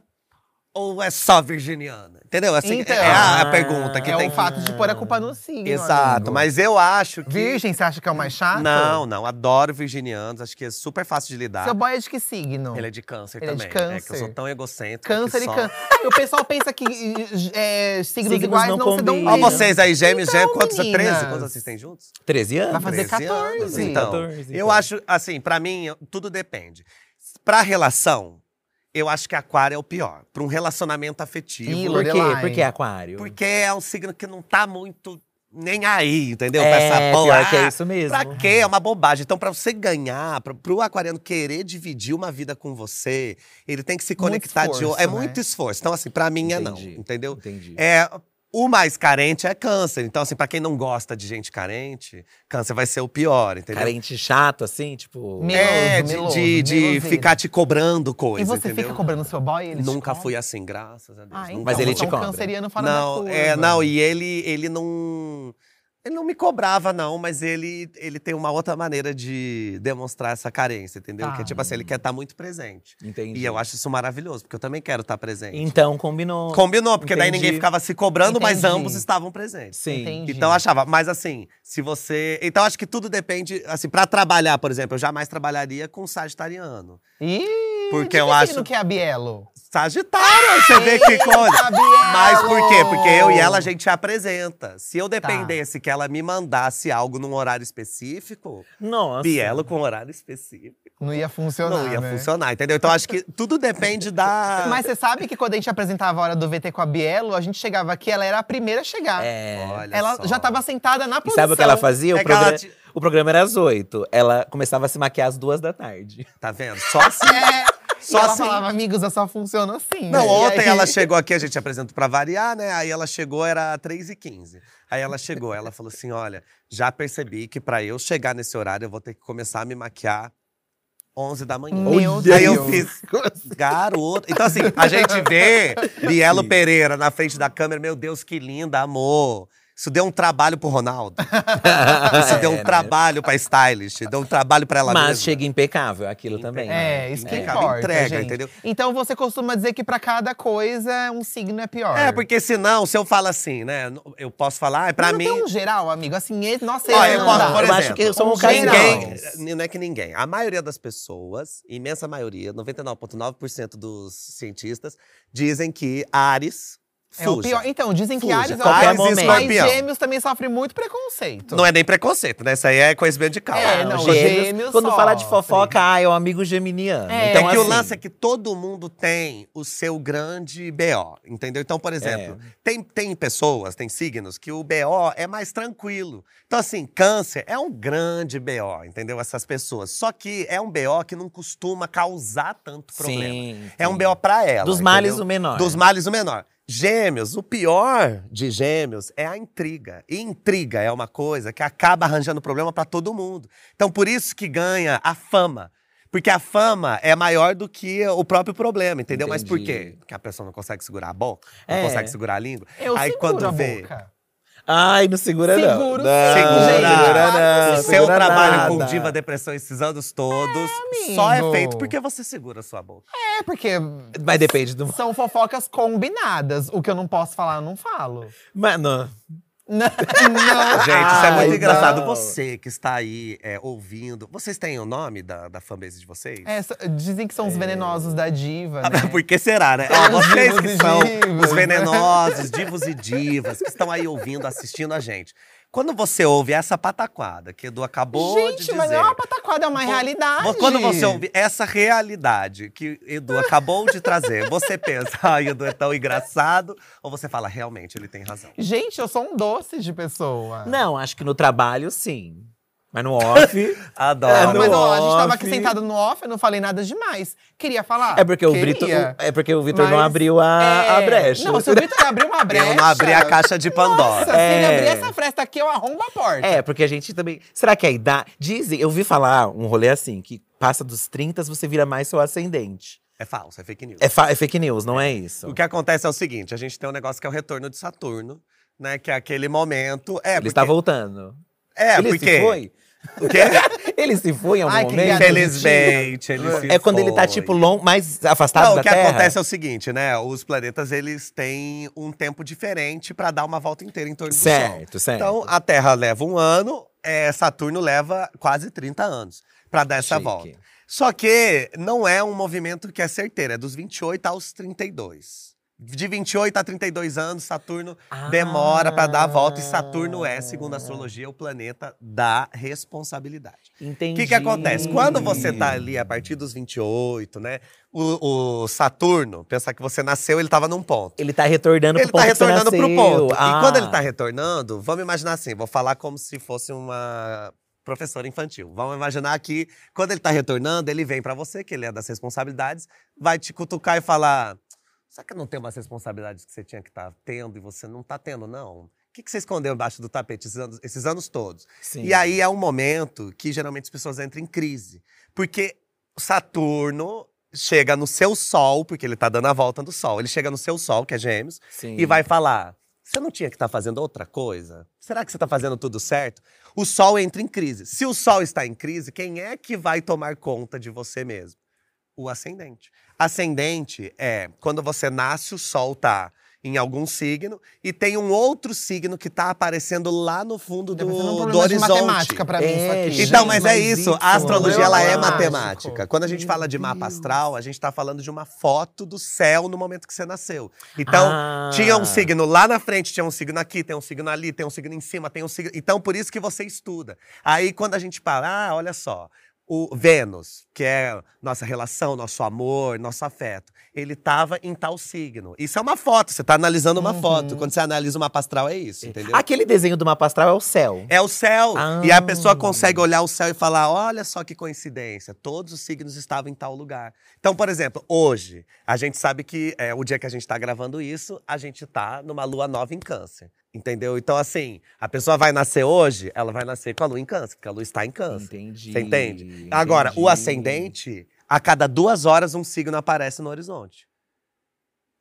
ou é só virginiana? Entendeu? Assim, Então. é a, a Ah, pergunta que É tem o que… fato de pôr a culpa no signo. Exato, amigo. mas eu acho que… Virgem, você acha que é o mais chato? Não, não. Adoro virginianos. Acho que é super fácil de lidar. Seu boy é de que signo? Ele é de câncer Ele é de também. É que eu câncer. sou tão egocêntrico. Câncer que e só… câncer. O pessoal pensa que é, signos, Signos iguais não não, se dão combinam. Ó, bem. vocês aí, gêmeos, Então, gêmeos, quantos? meninas. treze? Quantos vocês têm juntos? treze anos? Vai fazer treze anos. quatorze. Então, quatorze, eu então. acho, assim, pra mim, tudo depende. Pra relação, eu acho que aquário é o pior. Pra um relacionamento afetivo. Ih, Por quê? Lorelai. Por que aquário? Porque é um signo que não tá muito nem aí, entendeu? É, Pra essa porra. pior que é Ah, isso mesmo. Pra quê? É uma bobagem. Então, pra você ganhar, pra, pro aquariano querer dividir uma vida com você, ele tem que se conectar de… esforço, É né? muito esforço. Então, assim, pra mim é não, Entendi, entendeu? entendi. É… O mais carente é câncer. Então, assim, pra quem não gosta de gente carente, câncer vai ser o pior, entendeu? Carente chato, assim, tipo… Me- É, Meloso, de, meloso, de, de meloseiro. ficar te cobrando coisa, E você entendeu? fica cobrando seu boy? Ele te Nunca cobra? fui assim, graças a Deus. Ah, Nunca então, Mas ele fui. te você é um cobra? canceriano fora Não, da curva. é, não, e ele, ele não… Ele não me cobrava, não, mas ele, ele tem uma outra maneira de demonstrar essa carência, entendeu? Tá. Que é tipo assim, ele quer estar muito presente. Entendi. E eu acho isso maravilhoso, porque eu também quero estar presente. Então, combinou. Combinou, porque daí Entendi. ninguém ficava se cobrando, mas Entendi. ambos estavam presentes. Sim. Entendi. Então eu achava, mas assim, se você… Então acho que tudo depende, assim, pra trabalhar, por exemplo, eu jamais trabalharia com sagitariano. Ih, Porque de eu que acho- signo que é a Bielo? Sagitário, você vê que coisa. Bielo! Mas por quê? Porque eu e ela a gente apresenta. Se Tá. eu dependesse que ela me mandasse algo num horário específico, Nossa. Bielo com horário específico, Não ia funcionar, não ia né? funcionar, entendeu? Então acho que tudo depende da… Mas você sabe que quando a gente apresentava a Hora do V T com a Bielo, a gente chegava aqui, ela era a primeira a chegar. É. Olha Ela só. já estava sentada na E posição. sabe o que ela fazia? O, É que progra- ela te- o programa era às oito. Ela começava a se maquiar às duas da tarde. Tá vendo? Só assim. É, Só e ela assim. falava, amigos, eu só funciona assim. Não, né? E ontem aí- ela chegou aqui, a gente apresentou pra variar, né? Aí ela chegou, era três e quinze. Aí ela chegou, ela falou assim, olha, já percebi que pra eu chegar nesse horário, eu vou ter que começar a me maquiar onze da manhã. Meu Aí eu Deus. fiz, garoto. Então assim, a gente vê Bielo Pereira na frente da câmera, meu Deus, que linda, amor. Isso deu um trabalho pro Ronaldo. Isso deu um É, né? trabalho pra stylist, deu um trabalho pra ela Mas mesma. chega impecável, aquilo também. É, né? isso que É. importa, Entrega, gente. entendeu? Então você costuma dizer que pra cada coisa, um signo é pior. É, porque senão, se eu falo assim, né? Eu posso falar, ah, pra Mas mim… não tem um geral, amigo, assim, esse, nossa, Ó, esse eu não posso, dá. por Eu exemplo, acho que somos um geral. ninguém, não é que ninguém. A maioria das pessoas, imensa maioria, noventa e nove vírgula nove por cento dos cientistas, dizem que Áries É o fuja. pior. Então, dizem que Fuja. Ares é o Qualquer pior, momento. mas Escorpião. gêmeos também sofrem muito preconceito. Não é nem preconceito, né? Isso aí é conhecimento de causa. É, não, gêmeos, gêmeos quando fala de sofrem. fofoca, ah, é o amigo geminiano. É. Então, É que assim, o lance é que todo mundo tem o seu grande B O, entendeu? Então, por exemplo, tem, tem pessoas, tem signos que o B O é mais tranquilo. Então, assim, câncer é um grande B O, entendeu? Essas pessoas. Só que é um B O que não costuma causar tanto problema. Sim, É um sim. B O pra ela. Dos males, entendeu? o menor. Dos males, o menor. Gêmeos, o pior de gêmeos é a intriga. E intriga é uma coisa que acaba arranjando problema pra todo mundo. Então, por isso que ganha a fama. Porque a fama é maior do que o próprio problema, entendeu? Mas por Entendi. quê? Porque a pessoa não consegue segurar a boca, não É. consegue segurar a língua. Eu Aí seguro quando a vê. boca. Ai, não segura não. Seguro não. sim, Segura, gente. segura Claro não. que Seu segura trabalho nada. com diva, depressão esses anos todos amigo. só é feito porque você segura a sua boca. É, porque Mas depende do… são fofocas combinadas. O que eu não posso falar, eu não falo. Mano, Não, não. Gente, isso é muito Ai, engraçado. não. Você que está aí é, ouvindo. Vocês têm o nome da, da fanbase de vocês? É, so- dizem que são os venenosos da diva, Ah, né? Por que será, né? Ó, vocês divos que e são divas. os venenosos, divos e divas, que estão aí ouvindo, assistindo a gente. Quando você ouve essa pataquada que Edu acabou de Gente, dizer… mas não é uma pataquada, é uma realidade. Quando você ouve essa realidade que Edu acabou de trazer, você pensa, ai, Edu é tão engraçado, ou você fala, realmente, ele tem razão. Gente, eu sou um doce de pessoa. não, acho que no trabalho, sim. Mas no off… Adoro. Ah, no mas ó, a gente tava aqui off. sentado no off, eu não falei nada demais. Queria falar? É porque o Queria. Vitor, é porque o Vitor não Mas, abriu a, é, a brecha. Não, se o Vitor abrir uma brecha… Eu não abri a caixa de Pandora. Nossa, se ele É. abrir essa fresta aqui, eu arrombo a porta. É, porque a gente também… Será que a idade… Dizem, eu ouvi falar um rolê assim, que passa dos trinta, você vira mais seu ascendente. É falso, é fake news. É, fa- é fake news, não é isso? O que acontece é o seguinte, a gente tem um negócio que é o retorno de Saturno, né? Que é aquele momento… É, Ele porque, está voltando. É, ele porque… se foi? O quê? Ele se foi em algum Ai, que momento? gato. Infelizmente, ele se É quando ele tá, foi. tipo, long, mais afastado Não, da o que Terra? acontece é o seguinte, né? Os planetas, eles têm um tempo diferente pra dar uma volta inteira em torno do Sol. Certo, certo. Então, a Terra leva um ano, é, Saturno leva quase trinta anos pra dar essa Chique. volta. Só que não é um movimento que é certeiro, é dos vinte e oito aos trinta e dois. De vinte e oito a trinta e dois anos, Saturno Ah. demora pra dar a volta. E Saturno é, segundo a astrologia, o planeta da responsabilidade. Entendi. O que, que acontece? Quando você tá ali a partir dos vinte e oito, né? O, o Saturno, pensar que você nasceu, ele tava num ponto. Ele tá retornando Ele pro tá ponto que você retornando pro nasceu. ponto. Ah. E quando ele tá retornando, vamos imaginar assim, vou falar como se fosse uma professora infantil. Vamos imaginar que quando ele tá retornando, ele vem pra você, que ele é das responsabilidades, vai te cutucar e falar: será que não tem umas responsabilidades que você tinha que estar tendo e você não tá tendo, não? O que, que você escondeu embaixo do tapete esses anos, esses anos todos? Sim. E aí é um momento que geralmente as pessoas entram em crise. Porque Saturno chega no seu Sol, porque ele tá dando a volta do Sol. Ele chega no seu Sol, que é Gêmeos, Sim. e vai falar: você não tinha que estar fazendo outra coisa? Será que você está fazendo tudo certo? O Sol entra em crise. Se o Sol está em crise, quem é que vai tomar conta de você mesmo? O ascendente. Ascendente é quando você nasce, o Sol tá em algum signo e tem um outro signo que tá aparecendo lá no fundo do, Tá parecendo um do problema de horizonte. matemática pra mim, isso É, aqui. gente, Então, mas é mas isso. isso, A astrologia, ela é mágico. matemática. Quando a gente fala de mapa astral, a gente tá falando de uma foto do céu no momento que você nasceu. Então, Ah. tinha um signo lá na frente, tinha um signo aqui, tem um signo ali, tem um signo em cima, tem um signo… Então, por isso que você estuda. Aí, quando a gente fala, ah, olha só… O Vênus, que é nossa relação, nosso amor, nosso afeto, ele estava em tal signo. Isso é uma foto, você está analisando uma foto. Quando você analisa o mapa astral, é isso, entendeu? Aquele desenho do mapa astral é o céu. É o céu. Ah. E a pessoa consegue olhar o céu e falar: olha só que coincidência, todos os signos estavam em tal lugar. Então, por exemplo, hoje, a gente sabe que é, o dia que a gente está gravando isso, a gente está numa lua nova em Câncer. Entendeu? Então, assim, a pessoa vai nascer hoje, ela vai nascer com a lua em Câncer, porque a lua está em Câncer. Entendi. Você entende? entendi. Agora, o ascendente, a cada duas horas um signo aparece no horizonte.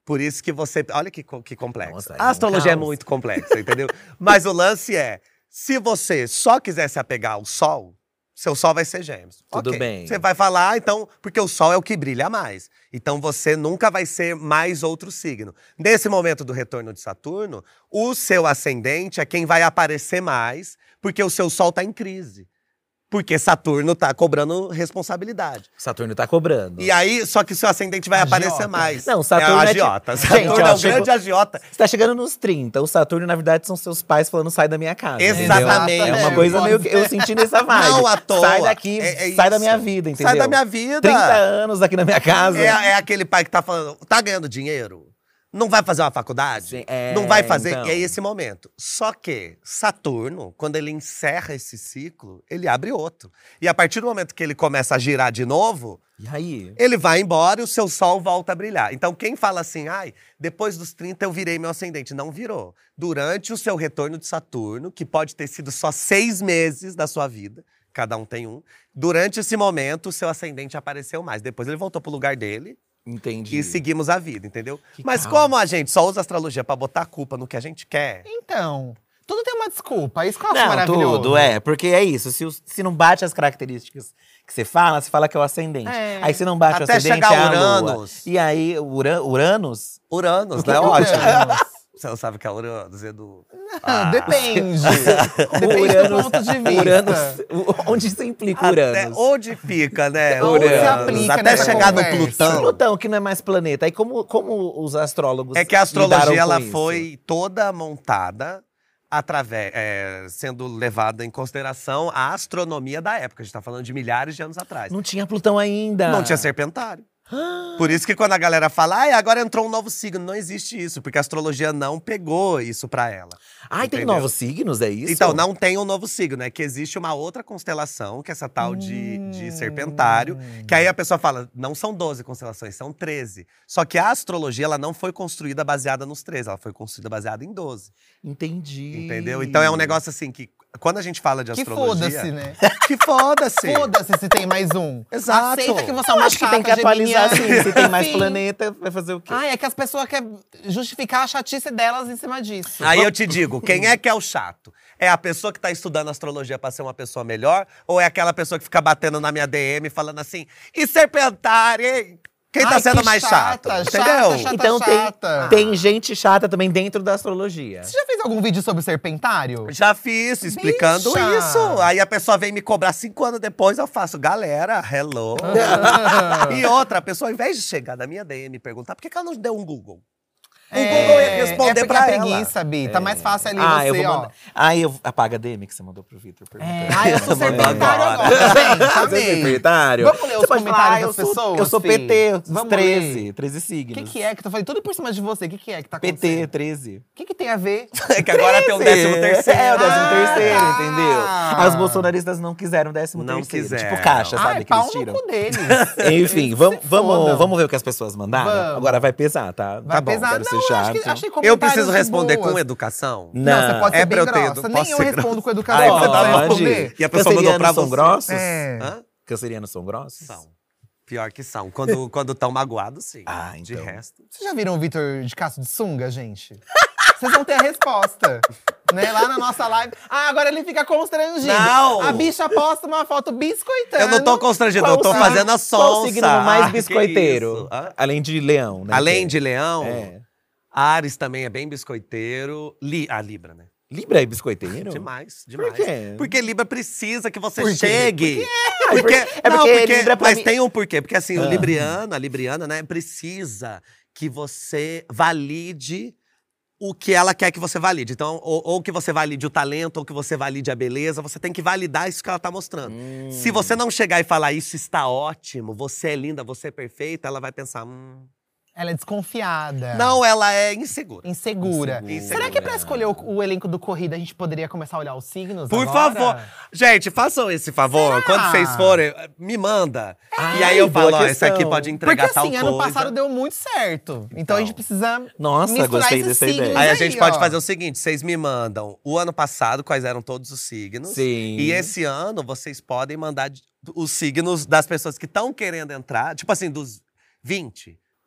Por isso que você… Olha que, co- que complexo. Nossa, é a um astrologia é caos. muito complexa, entendeu? Mas o lance é, se você só quiser se apegar ao sol, seu sol vai ser Gêmeos. Tudo Ok. bem. Você vai falar, então, porque o sol é o que brilha mais. Então você nunca vai ser mais outro signo. Nesse momento do retorno de Saturno, o seu ascendente é quem vai aparecer mais, porque o seu sol tá em crise. Porque Saturno tá cobrando responsabilidade. Saturno tá cobrando. E aí, só que o seu ascendente vai Agiota. aparecer mais. Não, Saturno é é o ti- agiota. Gente, Saturno ó, é um chegou- grande agiota. Você tá chegando nos trinta. O Saturno, na verdade, são seus pais falando sai da minha casa. entendeu? Exatamente. É uma coisa meio que eu senti nessa vibe. Não à toa. Sai daqui, É- é sai da isso. minha vida, entendeu? Sai da minha vida. trinta anos aqui na minha casa. É, é aquele pai que tá falando, tá ganhando dinheiro? Não vai fazer uma faculdade? Sim, é, não vai fazer? então. E é esse momento. Só que Saturno, quando ele encerra esse ciclo, ele abre outro. E a partir do momento que ele começa a girar de novo, E aí? ele vai embora e o seu sol volta a brilhar. Então, quem fala assim, ai, depois dos trinta eu virei meu ascendente. Não virou. Durante o seu retorno de Saturno, que pode ter sido só seis meses da sua vida, cada um tem um, durante esse momento, o seu ascendente apareceu mais. Depois ele voltou pro lugar dele Entendi. e seguimos a vida, entendeu? Que Mas caos. como a gente só usa astrologia pra botar a culpa no que a gente quer, Então, tudo tem uma desculpa. Isso que eu acho Não, maravilhoso. tudo, é. Porque é isso. Se, os- se não bate as características que você fala, você fala que é o ascendente. É. Aí se não bate Até o ascendente, chegar é a lua. Uranus. E aí, Ura- Uranus… Uranus, O que né? que é Ótimo. Uranus? Você não sabe o que é Uranus, Edu? Ah, depende. O Depende do ponto de vista. Uranus, o- onde se implica Até Uranus? onde fica, né? Onde se Uranus. aplica Até nessa chegar no conversa? Plutão. Plutão, que não é mais planeta. Aí como, como os astrólogos É que a lidaram astrologia com ela isso? foi toda montada através, é, sendo levada em consideração a astronomia da época. A gente tá falando de milhares de anos atrás. Não tinha Plutão ainda. Não tinha serpentário. Por isso que quando a galera fala, ai, agora entrou um novo signo, não existe isso, porque a astrologia não pegou isso pra ela. Ai, tem Entendeu? novos signos, é isso? Então, não tem um novo signo, é que existe uma outra constelação, que é essa tal de, de serpentário, que aí a pessoa fala, não são doze constelações, são treze. Só que a astrologia, ela não foi construída baseada nos treze, ela foi construída baseada em doze. Entendi. Entendeu? Então é um negócio assim que, quando a gente fala de Que astrologia… foda-se, né? Que foda-se! Foda-se se tem mais um. Exato. Aceita que você é Eu uma acho que tem que chata atualizar, geminiana. assim. Se tem mais Enfim. planeta, vai fazer o quê? Ah, é que as pessoas querem justificar a chatice delas em cima disso. Aí eu te digo, quem é que é o chato? É a pessoa que tá estudando astrologia pra ser uma pessoa melhor? Ou é aquela pessoa que fica batendo na minha D M falando assim, e serpentário, hein? Quem tá Ai, sendo que mais chato? chata, Entendeu? chata, chata. Então tem, chata. tem gente chata também dentro da astrologia. Você já fez algum vídeo sobre serpentário? Já fiz, explicando Bicha! isso. Aí a pessoa vem me cobrar cinco anos depois, eu faço, galera, hello. E outra, a pessoa, ao invés de chegar na minha D M e perguntar, por que que ela não deu um Google? O Google ia responder é porque pra é ela. preguiça, Bi. Tá mais fácil ali Ah, você, eu vou ó. mandar. Ah, eu apaga a D M que você mandou pro Vitor perguntando. É. Ah, eu sou Manda serpentário agora, gente. Você é Amei. serpentário? Vamos ler os Você pode comentários falar, das eu sou- pessoas, Eu sou Fê? P T, os Vamos treze, ler. treze O signos. que, que é que eu falei tudo por cima de você? O que, que é que tá P acontecendo? T, treze. O que, que tem a ver? É que agora tem o décimo terceiro. É, o décimo terceiro, Ah, entendeu? tá. Aí os bolsonaristas não quiseram o décimo Não terceiro. quiseram. Tipo caixa, sabe? Ai, que eles pau no tiram. cu deles. Enfim, vamos, Se vamos, fodam. vamos ver o que as pessoas mandaram? Vamos. Agora vai pesar, tá? Vai tá bom, pesar. quero Não, ser eu chato. acho que, achei Eu comentários preciso de responder boas. com educação? Não, você pode É ser pra bem eu ter- grossa. posso Nem eu ser respondo grossa? com educação. Ai, você pode, vai pode. responder. E a pessoa mandou pra Cancerianos são você. grossos? É. Hã? Cancerianos são grossos? São. Pior que são. Quando quando tão magoados, sim. Ah, De então. resto. Vocês já viram o Vitor de Caço de sunga, gente? Vocês vão ter a resposta. Né? Lá na nossa live. Ah, agora ele fica constrangido. Não! A bicha posta uma foto biscoitando. Eu não tô constrangido, eu tô Qual fazendo a signo- sonsa. Qual o signo mais Ah, que biscoiteiro? isso? Hã? Além de leão, né? Além que de leão, É. Ares também é bem biscoiteiro. Li, ah, Libra, né? Libra é biscoiteiro? Demais, demais. quê? Porque Libra precisa que você Por quê? chegue. Porque- Porque, é não, porque porque, Libra pra mas mim- tem um porquê. Porque assim, o Ah. libriano, a libriana, né, precisa que você valide o que ela quer que você valide. Então, ou, ou que você valide o talento, ou que você valide a beleza. Você tem que validar isso que ela tá mostrando. Hum. Se você não chegar e falar, isso está ótimo, você é linda, você é perfeita, ela vai pensar, hum… Ela é desconfiada. Não, ela é insegura. Insegura. Insegura. Será que pra escolher o, o elenco do Corrida a gente poderia começar a olhar os signos Por agora? favor. Gente, façam esse favor. Será? Quando vocês forem, me manda. e aí eu boa falo, ó, esse aqui questão. pode Porque entregar tal assim, coisa. ano passado deu muito certo. Então, a gente precisa Nossa, misturar gostei esses dessa signos ideia. Aí a gente ó. pode fazer o seguinte, vocês me mandam o ano passado, quais eram todos os signos. Sim. E esse ano, vocês podem mandar de- os signos das pessoas que estão querendo entrar. Tipo assim, dos vinte.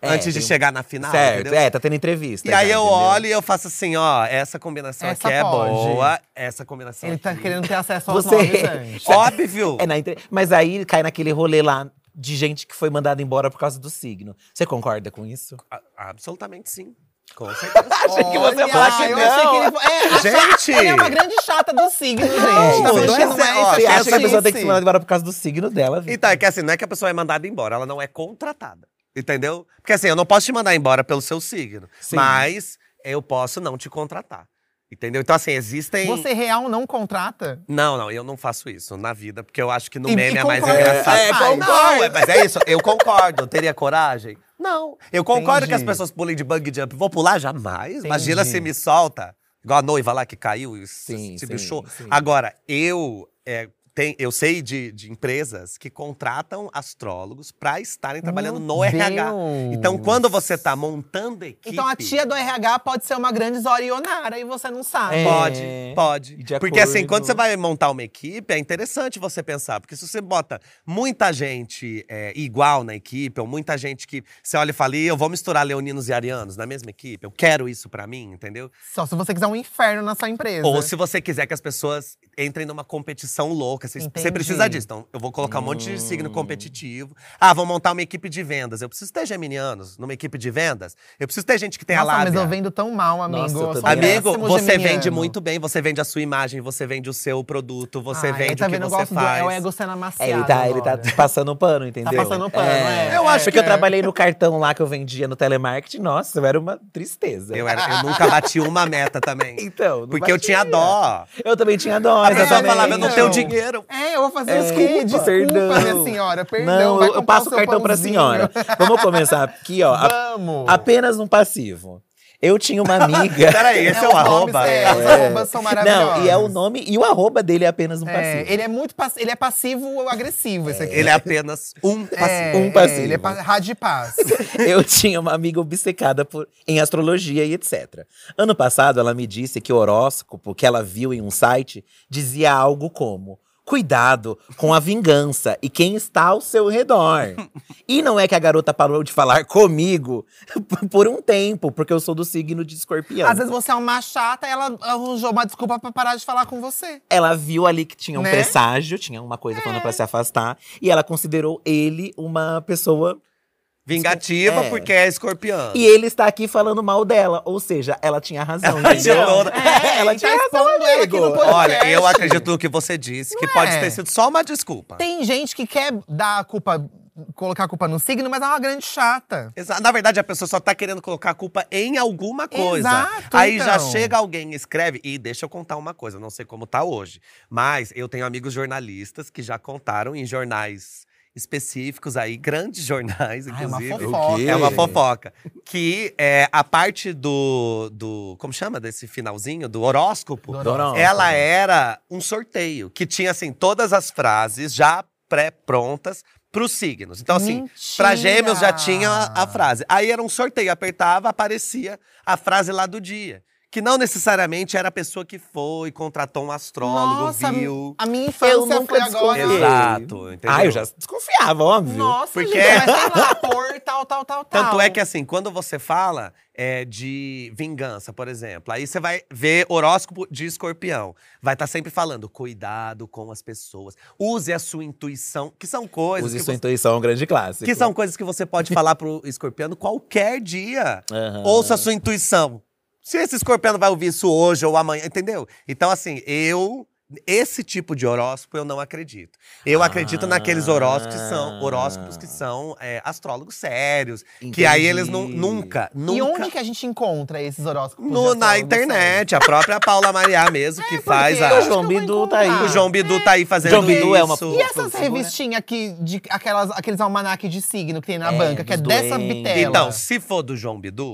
É, antes de tem- chegar na final, Certo, entendeu? é, tá tendo entrevista. E aí já, eu entendeu? olho e eu faço assim, ó, essa combinação Essa aqui é pode. boa, essa combinação Ele tá aqui. querendo ter acesso aos Você- nomes antes. Óbvio! É na entre... Mas aí cai naquele rolê lá de gente que foi mandada embora por causa do signo. Você concorda com isso? A- absolutamente sim. Com certeza. Achei que você ia Olha, falar que eu não. achei que ele. É, a Gente! chata- Ele é uma grande chata do signo, gente. Tá não vendo é que não ser- ó, é Você essa acha que a pessoa tem que chatice. ser mandada embora por causa do signo dela, Vitor? Então, é que assim, não é que a pessoa é mandada embora, ela não é contratada. Entendeu? Porque assim, eu não posso te mandar embora pelo seu signo. Sim. Mas eu posso não te contratar. Entendeu? Então, assim, existem. Você real não contrata? Não, não, eu não faço isso na vida, porque eu acho que no E- meme e é mais concorda engraçado. que você faz. Não, é- mas é isso, eu concordo. Eu teria coragem? Não. Eu concordo Entendi. que as pessoas pulem de bungee jump. Vou pular jamais. Imagina Entendi. se me solta. Igual a noiva lá que caiu e se, Sim, se sim, bichou. sim. Agora, eu. é, tem, eu sei de, de empresas que contratam astrólogos pra estarem trabalhando Meu no R H. Deus. Então, quando você tá montando equipe. Então a tia do R H pode ser uma grande Zorionara e você não sabe. É. Pode, pode. E de Porque assim, acordo- quando você vai montar uma equipe, é interessante você pensar. Porque se você bota muita gente é, igual na equipe, ou muita gente que você olha e fala, "Ih, eu vou misturar leoninos e arianos na mesma equipe, eu quero isso pra mim", entendeu? Só se você quiser um inferno na sua empresa. Ou se você quiser que as pessoas entrem numa competição louca. Você, você Entendi. precisa disso. Então, eu vou colocar um monte de signo competitivo. Ah, vou montar uma equipe de vendas. Eu preciso ter geminianos numa equipe de vendas. Eu preciso ter gente que tem Nossa, a lábia. mas eu vendo tão mal, amigo. Nossa, eu Eu sou um também. Amigo, péssimo você geminiano. vende muito bem, você vende a sua imagem, você vende o seu produto, você Ai, vende tá o que vendo? Eu você gosto do- faz. É o ego sendo amaciado. É, ele tá, ele tá agora. passando pano, entendeu? passando pano, é. Eu acho Porque eu trabalhei no cartão lá que eu vendia no telemarketing, nossa, era uma tristeza. Eu, era- eu nunca bati uma meta também. Então, não Porque eu batia. tinha dó. Eu também tinha dó, A pessoa exatamente. falava, eu não Então. tenho dinheiro. É, eu vou fazer É, o quê? Desculpa, perdão. minha senhora, perdão. Não, vai eu, eu comprar passo o seu cartão pra pãozinho. senhora. Vamos começar aqui, ó. A- Vamos! apenas um passivo. Eu tinha uma amiga. Peraí, esse é, É, o os arroba? nomes, é, os arrobas são maravilhosos. Não, e é o nome e o arroba dele é apenas um É, passivo. ele é muito pass- ele é passivo-agressivo, esse aqui. Ele é apenas um passivo. É, um passivo. é, ele é pa- rádio de paz. Eu tinha uma amiga obcecada por, em astrologia e etcétera. Ano passado, ela me disse que o horóscopo que ela viu em um site dizia algo como: cuidado com a vingança e quem está ao seu redor. E não é que a garota parou de falar comigo por um tempo, porque eu sou do signo de escorpião. Às vezes você é uma chata e ela arranjou uma desculpa pra parar de falar com você. Ela viu ali que tinha um Né? presságio, tinha uma coisa falando pra se afastar. E ela considerou ele uma pessoa… Vingativa É. porque é escorpião. E ele está aqui falando mal dela. Ou seja, ela tinha razão, Ela entendeu? tinha toda- É, ela ele tinha tá razão, expondo ela aqui no amigo. podcast. Olha, eu acredito no que você disse, que Não pode é? ter sido só uma desculpa. Tem gente que quer dar a culpa, colocar a culpa no signo, mas é uma grande chata. Exa- Na verdade, a pessoa só tá querendo colocar a culpa em alguma coisa. Exato, Aí já então. chega alguém e escreve. E deixa eu contar uma coisa, não sei como tá hoje. Mas eu tenho amigos jornalistas que já contaram em jornais específicos aí, grandes jornais, Ah, é uma inclusive. fofoca. O quê? É uma fofoca. Que é a parte do, do. Como chama? Desse finalzinho? Do horóscopo. Do horóscopo. Ela era um sorteio que tinha, assim, todas as frases já pré-prontas pros signos. Então, assim, pra Mentira! gêmeos já tinha a, a frase. Aí era um sorteio, apertava, aparecia a frase lá do dia. Que não necessariamente era a pessoa que foi, contratou um astrólogo, Nossa, viu. a minha Eu infância nunca foi agora. desconfiei. Exato, entendeu? Ah, eu já desconfiava, óbvio. Nossa, Porque- gente, mas sei lá, por tal, tal, tal, tal. Tanto é que, assim, quando você fala é, de vingança, por exemplo, aí você vai ver horóscopo de escorpião. Vai estar sempre falando, cuidado com as pessoas. Use a sua intuição, que são coisas… Use que sua você- intuição, é um grande clássico. Que são coisas que você pode falar pro escorpiano qualquer dia. Aham. Ouça a sua intuição. Se esse escorpiano vai ouvir isso hoje ou amanhã, entendeu? Então, assim, eu… Esse tipo de horóscopo eu não acredito. Eu Ah. acredito naqueles horóscopos que são, horóscopos que são é, astrólogos sérios. Que aí eles nu- Entendi. nunca, nunca… E onde que a gente encontra esses horóscopos? No- de na astrólogos internet, a própria Paula Mariá mesmo, que faz porque a… eu O João acho que eu Bidu vou tá aí. encontrar. O João Bidu tá aí fazendo João Bidu é uma- isso. E essas Figura. revistinhas aqui, de aquelas, aqueles almanaques de signo que tem na É, banca, que é dos dessa duendes. bitela? Então, se for do João Bidu,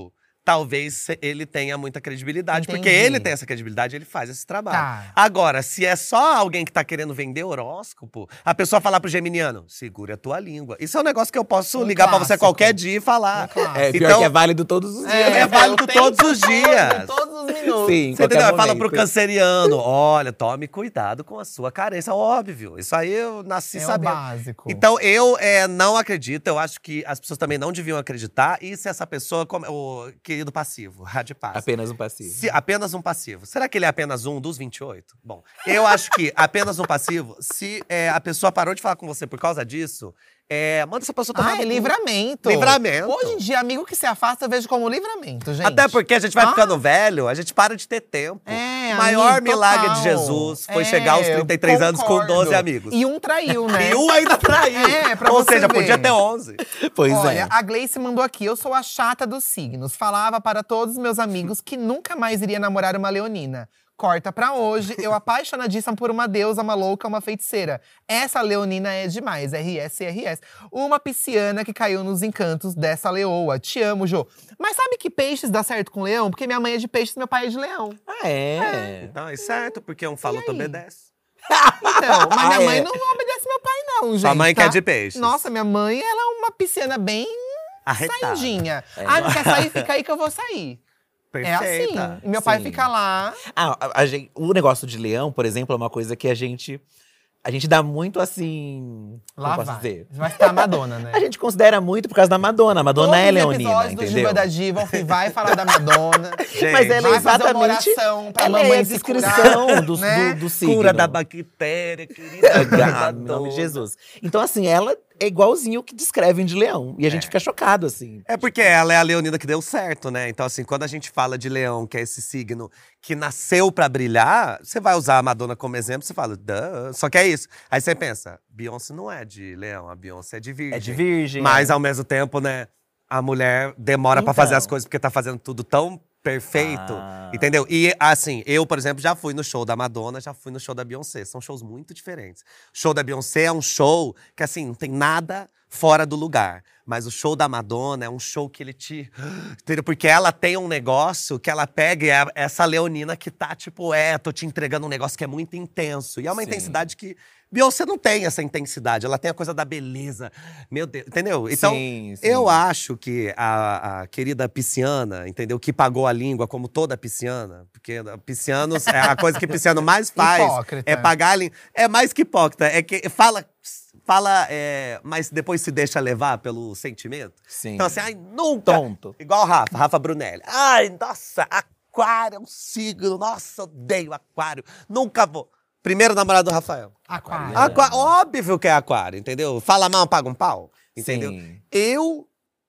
talvez ele tenha muita credibilidade. Entendi. Porque ele tem essa credibilidade, ele faz esse trabalho. Tá. Agora, se é só alguém que tá querendo vender horóscopo, a pessoa falar pro geminiano, segura a tua língua. Isso é um negócio que eu posso Um ligar pra você clássico. qualquer dia e falar. Um clássico. É, pior Então- que é válido todos os dias. É, válido o tempo todos os todo, dias. Todos os minutos. Sim, Você entendeu? qualquer Fala pro momento. canceriano, olha, tome cuidado com a sua carência. Óbvio, isso aí eu nasci É o sabendo. básico. Então, eu é, não acredito, eu acho que as pessoas também não deviam acreditar. E se essa pessoa, como, o querido passivo, Radipaz. Apenas um passivo. Se, apenas um passivo. Será que ele é apenas um dos vinte e oito? Bom, eu acho que apenas um passivo, se é, a pessoa parou de falar com você por causa disso, é, manda essa pessoa tomar Ai, no cu. livramento. Livramento. Hoje em dia, amigo que se afasta, eu vejo como livramento, gente. Até porque a gente vai Ah. ficando velho, a gente para de ter tempo. É, o maior amigo, milagre total. de Jesus foi É, chegar aos trinta e três anos com concordo. doze amigos. E um traiu, né? E um ainda traiu. É, pra Ou você seja, ver. podia ter onze. Pois Olha, é. a Gleice mandou aqui. Eu sou a chata dos signos. Falava para todos os meus amigos que nunca mais iria namorar uma leonina. Corta pra hoje, eu apaixonadíssima por uma deusa, uma louca, uma feiticeira. Essa leonina é demais, R S R S. Uma pisciana que caiu nos encantos dessa leoa. Te amo, Jô. Mas sabe que peixes dá certo com leão? Porque minha mãe é de peixes, meu pai é de leão. Ah, é. Então, é certo, porque um fala, tu aí? obedece. Então, mas Ah, minha mãe é. não obedece meu pai não, gente. Sua mãe que tá? é de peixes. Nossa, minha mãe, ela é uma pisciana bem Arretada. saidinha. Ah, não quer sair? Fica aí que eu vou sair. É assim. Perfeita. E meu pai Sim. fica lá. Ah, a, a gente, o negócio de leão, por exemplo, é uma coisa que a gente… A gente dá muito assim… Lá como posso vai. dizer? Vai ficar a Madonna, né? A gente considera muito por causa da Madonna. A Madonna é Todos os leonina, episódios do entendeu? Diva da Diva, o Fih vai falar da Madonna. Gente, Mas ela é vai fazer uma exatamente… oração pra ela mamãe é a se descrição curar, do, né? do, do signo. cura da bactéria, querida. Ah, em nome de Jesus. Então, assim, ela é igualzinho o que descrevem de leão. E a gente fica chocado, assim. É porque ela é a leonina que deu certo, né? Então, assim, quando a gente fala de leão, que é esse signo que nasceu pra brilhar, você vai usar a Madonna como exemplo, você fala, duh. Só que é isso. Aí você pensa, Beyoncé não é de leão, a Beyoncé é de virgem. É de virgem. Mas, é. ao mesmo tempo, né, a mulher demora pra Então. fazer as coisas porque tá fazendo tudo tão perfeito, Ah. entendeu? E, assim, eu, por exemplo, já fui no show da Madonna, já fui no show da Beyoncé. São shows muito diferentes. O show da Beyoncé é um show que, assim, não tem nada fora do lugar. Mas o show da Madonna é um show que ele te… Entendeu? Porque ela tem um negócio que ela pega e é essa leonina que tá tipo, é, tô te entregando um negócio que é muito intenso. E é uma Sim. intensidade que… Beyoncé não tem essa intensidade, ela tem a coisa da beleza. Meu Deus, entendeu? Então, Sim, sim. eu acho que a, a querida pisciana, entendeu? Que pagou a língua como toda pisciana. Porque piscianos, é a coisa que pisciano mais faz Hipócrita. é pagar a língua. É mais que hipócrita, é que fala… Fala, é, mas depois se deixa levar pelo sentimento. Sim. Então, assim, ai, nunca. Tonto. Igual o Rafa, Rafa Brunelli. Ai, nossa, aquário é um signo. Nossa, odeio aquário. Nunca vou. Primeiro namorado do Rafael. Aquário. Aqua- Óbvio que é aquário, entendeu? Fala mal, paga um pau. Entendeu? Sim. Eu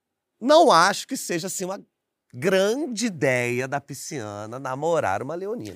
não acho que seja, assim, uma grande ideia da pisciana namorar uma leonina.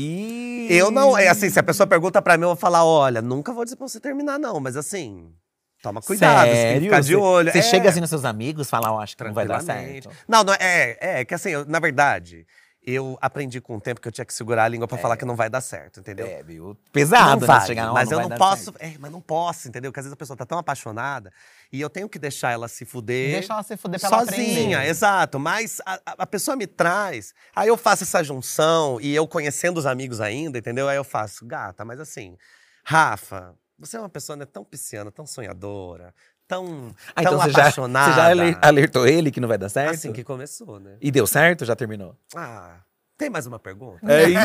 E… Eu não, é assim, se a pessoa pergunta pra mim, eu vou falar, olha, nunca vou dizer pra você terminar não, mas assim, toma cuidado, você tem que Sério? ficar de Você- olho. Você É, chega assim nos seus amigos e fala, eu acho que não vai dar tranquilamente. certo. Não, não, é, é que assim, eu- na verdade, eu aprendi com o tempo que eu tinha que segurar a língua pra falar que não vai dar certo, entendeu? É, viu? Não Pesado, né? vale, Chegar, não, mas não eu vai não dar posso, certo. é, mas não posso, entendeu? Porque às vezes a pessoa tá tão apaixonada e eu tenho que deixar ela se fuder. Deixa ela se fuder pra ela sozinha, aprender. exato. Mas a, a- a pessoa me traz, aí eu faço essa junção e eu conhecendo os amigos ainda, entendeu? Aí eu faço, gata, mas assim, Rafa, você é uma pessoa né, tão pisciana, tão sonhadora, tão, Ah, tão então você já, apaixonada. você já ale- alertou ele que não vai dar certo? Assim que começou, né? E deu certo? Já terminou? Ah, tem mais uma pergunta? É isso,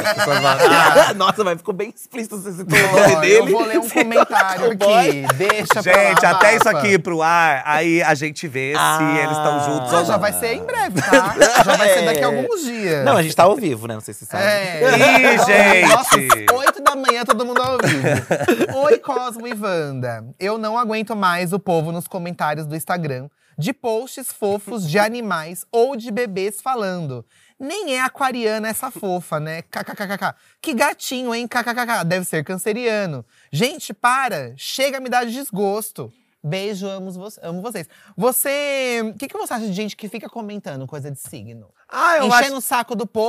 ah, nossa, mas ficou bem explícito você citou o nome Ó, dele. eu vou ler um comentário o boy. aqui. Deixa pra lá, Gente, até isso Rafa. aqui ir pro ar, aí a gente vê Ah. se eles estão juntos Ah, ou já não. vai ser em breve, tá? Já vai ser daqui a É. alguns dias. Não, a gente tá ao vivo, né? Não sei se você sabe. É. Ih, gente! Nossa, oito da manhã, todo mundo ao vivo. Oi, Cosmo e Wanda. Eu não aguento mais o povo nos comentários do Instagram de posts fofos de animais ou de bebês falando. Nem é aquariana essa fofa, né? KKKK. Que gatinho, hein? KKKK. Deve ser canceriano. Gente, para. Chega a me dar desgosto. Beijo, amo, vo amo vocês. Você… O que, que você acha de gente que fica comentando coisa de signo? Ah, eu Enchendo acho… o saco do povo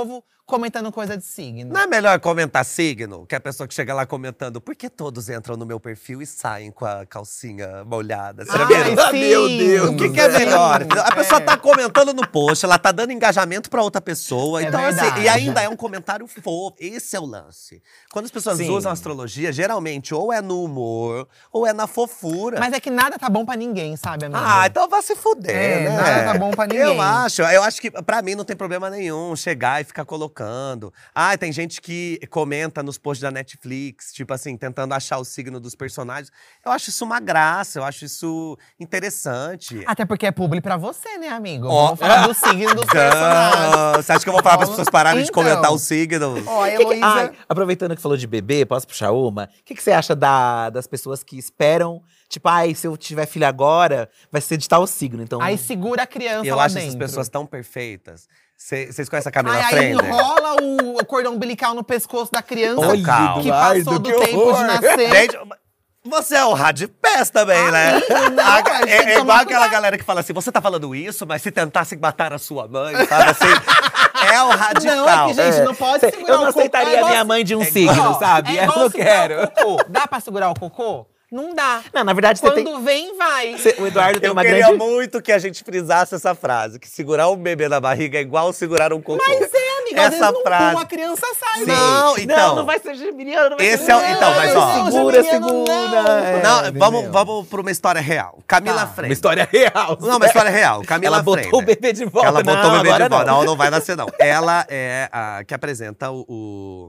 comentando coisa de signo. Não é melhor comentar signo? Que a pessoa que chega lá comentando por que todos entram no meu perfil e saem com a calcinha molhada? Você já Ai, viu? sim. Meu Deus, o que, que é melhor? A pessoa É. tá comentando no post, ela tá dando engajamento pra outra pessoa. É então, assim, verdade. e ainda é um comentário fofo. Esse é o lance. Quando as pessoas Sim. usam astrologia, geralmente ou é no humor, ou é na fofura. Mas é que nada tá bom pra ninguém, sabe, amigo? Ah, então vai se fuder, É, né? nada tá bom pra ninguém. Eu acho, eu acho que pra mim não tem problema nenhum chegar e ficar colocando. Ah, tem gente que comenta nos posts da Netflix, tipo assim, tentando achar o signo dos personagens. Eu acho isso uma graça, eu acho isso interessante. Até porque é publi pra você, né, amigo? Ó. Vamos falar do signo dos personagens. Não, você acha que eu vou falar para as pessoas pararem de Então. comentar o signo? Ó, a Que que- Heloísa… Ai, aproveitando que falou de bebê, posso puxar uma? O que, que você acha da- das pessoas que esperam, tipo, ai, se eu tiver filho agora, vai ser de tal signo, então… Aí segura a criança Eu lá acho dentro. essas pessoas tão perfeitas. Cê- Vocês conhecem a Camila Ai, aí Frender? enrola o cordão umbilical no pescoço da criança Olha, que Eduardo, passou do que tempo horror. de nascer. Gente, você é o radipés também, né? Amigo, não, A- a gente tem que é, é igual tomar aquela cuidado. galera que fala assim: você tá falando isso, mas se tentasse matar a sua mãe, sabe assim? É o radical. Não, é que, gente, É. não pode Cê- segurar eu não o cocô. aceitaria É igual- minha mãe de um é signo, igual- sabe? É Eu igual não segurar quero. o cocô. Dá pra segurar o cocô? Não dá. Não, na verdade, você Quando tem… vem, vai. cê- o Eduardo tem Eu uma queria grande… muito que a gente frisasse essa frase: que segurar um bebê na barriga é igual segurar um cocô. Mas é, amigo. Às Essa vezes não frase. pula, a criança sai. Sim. né? Não, então. Não, não vai ser geminiano, não vai Esse ser é o- então, mas, ó, Não, segura, geminiano, segura. não. é, Não, entendeu? vamos, vamos pra uma história real. Camila Tá. Frender. Uma história real. Não, uma história real. Camila Ela botou Frender. o bebê de volta. Ela botou Não, o bebê de agora volta. não. Não, não vai nascer, não. Ela é a que apresenta o. o-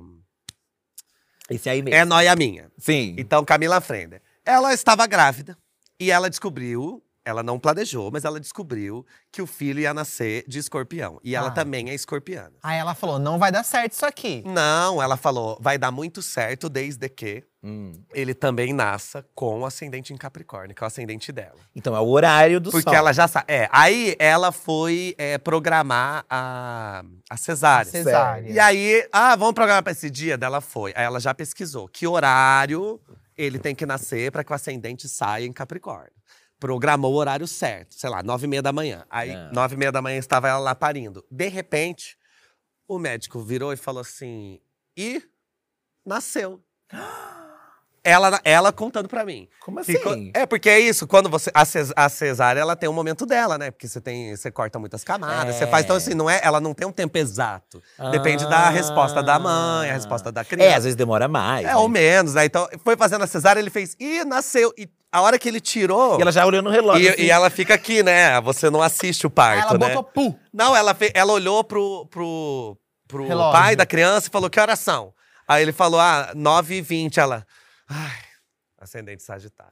Esse aí mesmo. É Nóia Minha. Sim. Então, Camila Frender. Ela estava grávida e ela descobriu, ela não planejou, mas ela descobriu que o filho ia nascer de escorpião. E ela Ah. também é escorpiana. Aí ela falou, não vai dar certo isso aqui. Não, ela falou, vai dar muito certo desde que Hum. ele também nasça com o ascendente em Capricórnio, que é o ascendente dela. Então é o horário do Porque sol. ela já sabe. É, aí ela foi é, programar a, a cesárea. Cesárea. E aí, ah, vamos programar pra esse dia? Dela foi. Aí ela já pesquisou que horário ele tem que nascer para que o ascendente saia em Capricórnio. Programou o horário certo, sei lá, nove e meia da manhã. Aí, Ah. nove e meia da manhã, estava ela lá parindo. De repente, o médico virou e falou assim, e nasceu. Ela, ela contando pra mim. Como Que assim? co- É, porque é isso, quando você. A, ces, a cesárea, ela tem um momento dela, né? Porque você tem. Você corta muitas camadas, você É. faz. Então, assim, não é, ela não tem um tempo exato. Depende Ah. da resposta da mãe, a resposta da criança. É, às vezes demora mais. É, né? ou menos, né? Então, foi fazendo a cesárea, ele fez. E nasceu. E a hora que ele tirou. E ela já olhou no relógio. E, assim. e ela fica aqui, né? Você não assiste o Aí parto, ela né? botou pu. Não, ela, fe- ela olhou pro, pro, pro Relógio. pai da criança e falou: que horas são? Aí ele falou: ah, nove e vinte. Ela. Ai, ascendente Sagitário.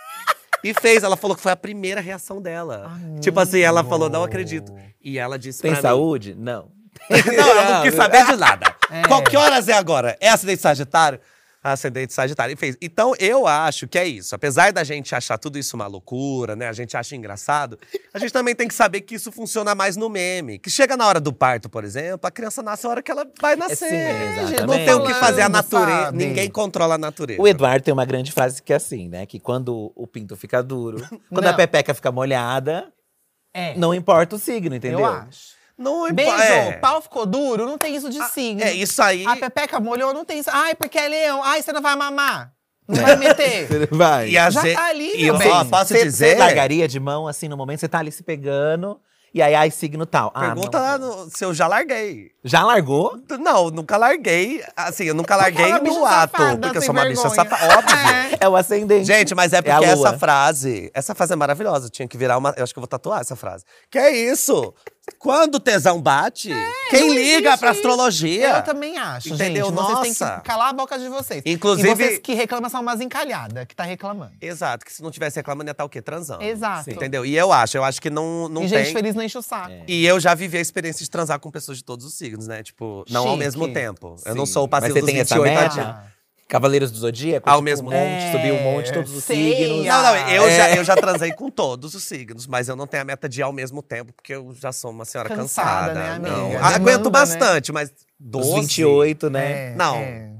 E fez, ela falou que foi a primeira reação dela. Tipo assim, ela falou: não acredito. E ela disse Tem pra mim. saúde? Não. Não, ela não quis saber de nada. É. Qual que horas é agora? É ascendente Sagitário? Ascendente Sagitário. E fez. Então, eu acho que é isso. Apesar da gente achar tudo isso uma loucura, né? A gente acha engraçado. A gente também tem que saber que isso funciona mais no meme. Que chega na hora do parto, por exemplo, a criança nasce a hora que ela vai nascer. sim, Gente, exatamente. não tem o que fazer. A natureza. Sabe? Ninguém controla a natureza. O Eduardo tem uma grande frase que é assim, né? Que quando o pinto fica duro, quando Não. a pepeca fica molhada, É, não importa o signo, entendeu? eu acho. Não Beijo, importa. É. pau ficou duro, não tem isso de signo. É, isso aí. A pepeca molhou, não tem isso. Ai, porque é leão. Ai, você não vai mamar. Não vai meter. Vai. E a Já ge- tá ali, e meu ó, bem. posso Você- dizer. Você largaria de mão, assim, no momento, você tá ali se pegando, e aí, ai, signo tal. Ah, Pergunta não. lá no, se eu já larguei. Já largou? Não, nunca larguei. Assim, eu nunca larguei ela é uma no bicha ato. safada, porque eu sem sou uma bicha vergonha. safada. Óbvio. É. É o ascendente. Gente, mas é É a porque lua. essa frase. Essa frase é maravilhosa. Tinha que virar uma. Eu acho que eu vou tatuar essa frase. Que é isso? Quando o tesão bate, quem Não liga existe pra isso. astrologia? Eu também acho, Entendeu? gente. Vocês têm Nossa. que calar a boca de vocês. Inclusive- E vocês que reclamam são umas encalhadas, que tá reclamando. Exato, que se não tivesse reclamando ia estar o quê? Transando. Exato. Entendeu? E eu acho, eu acho que não, não e tem. gente feliz não enche o saco. E eu já vivi a experiência de transar com pessoas de todos os signos, né? Tipo, não ao Chique. mesmo tempo. Eu Sim. não sou o passivo Mas você dos tem essa vinte e oito meta? anos. Cavaleiros do Zodíaco? Ao tipo, mesmo um monte, tempo. subir um monte, todos os Sei. signos. Não, não, eu, É. já, eu já transei com todos os signos, mas eu não tenho a meta de ir ao mesmo tempo, porque eu já sou uma senhora Cansada, cansada. né, amiga? Não. Demanda, Aguento né? bastante, mas Os doze. vinte e oito, né? É, Não. é.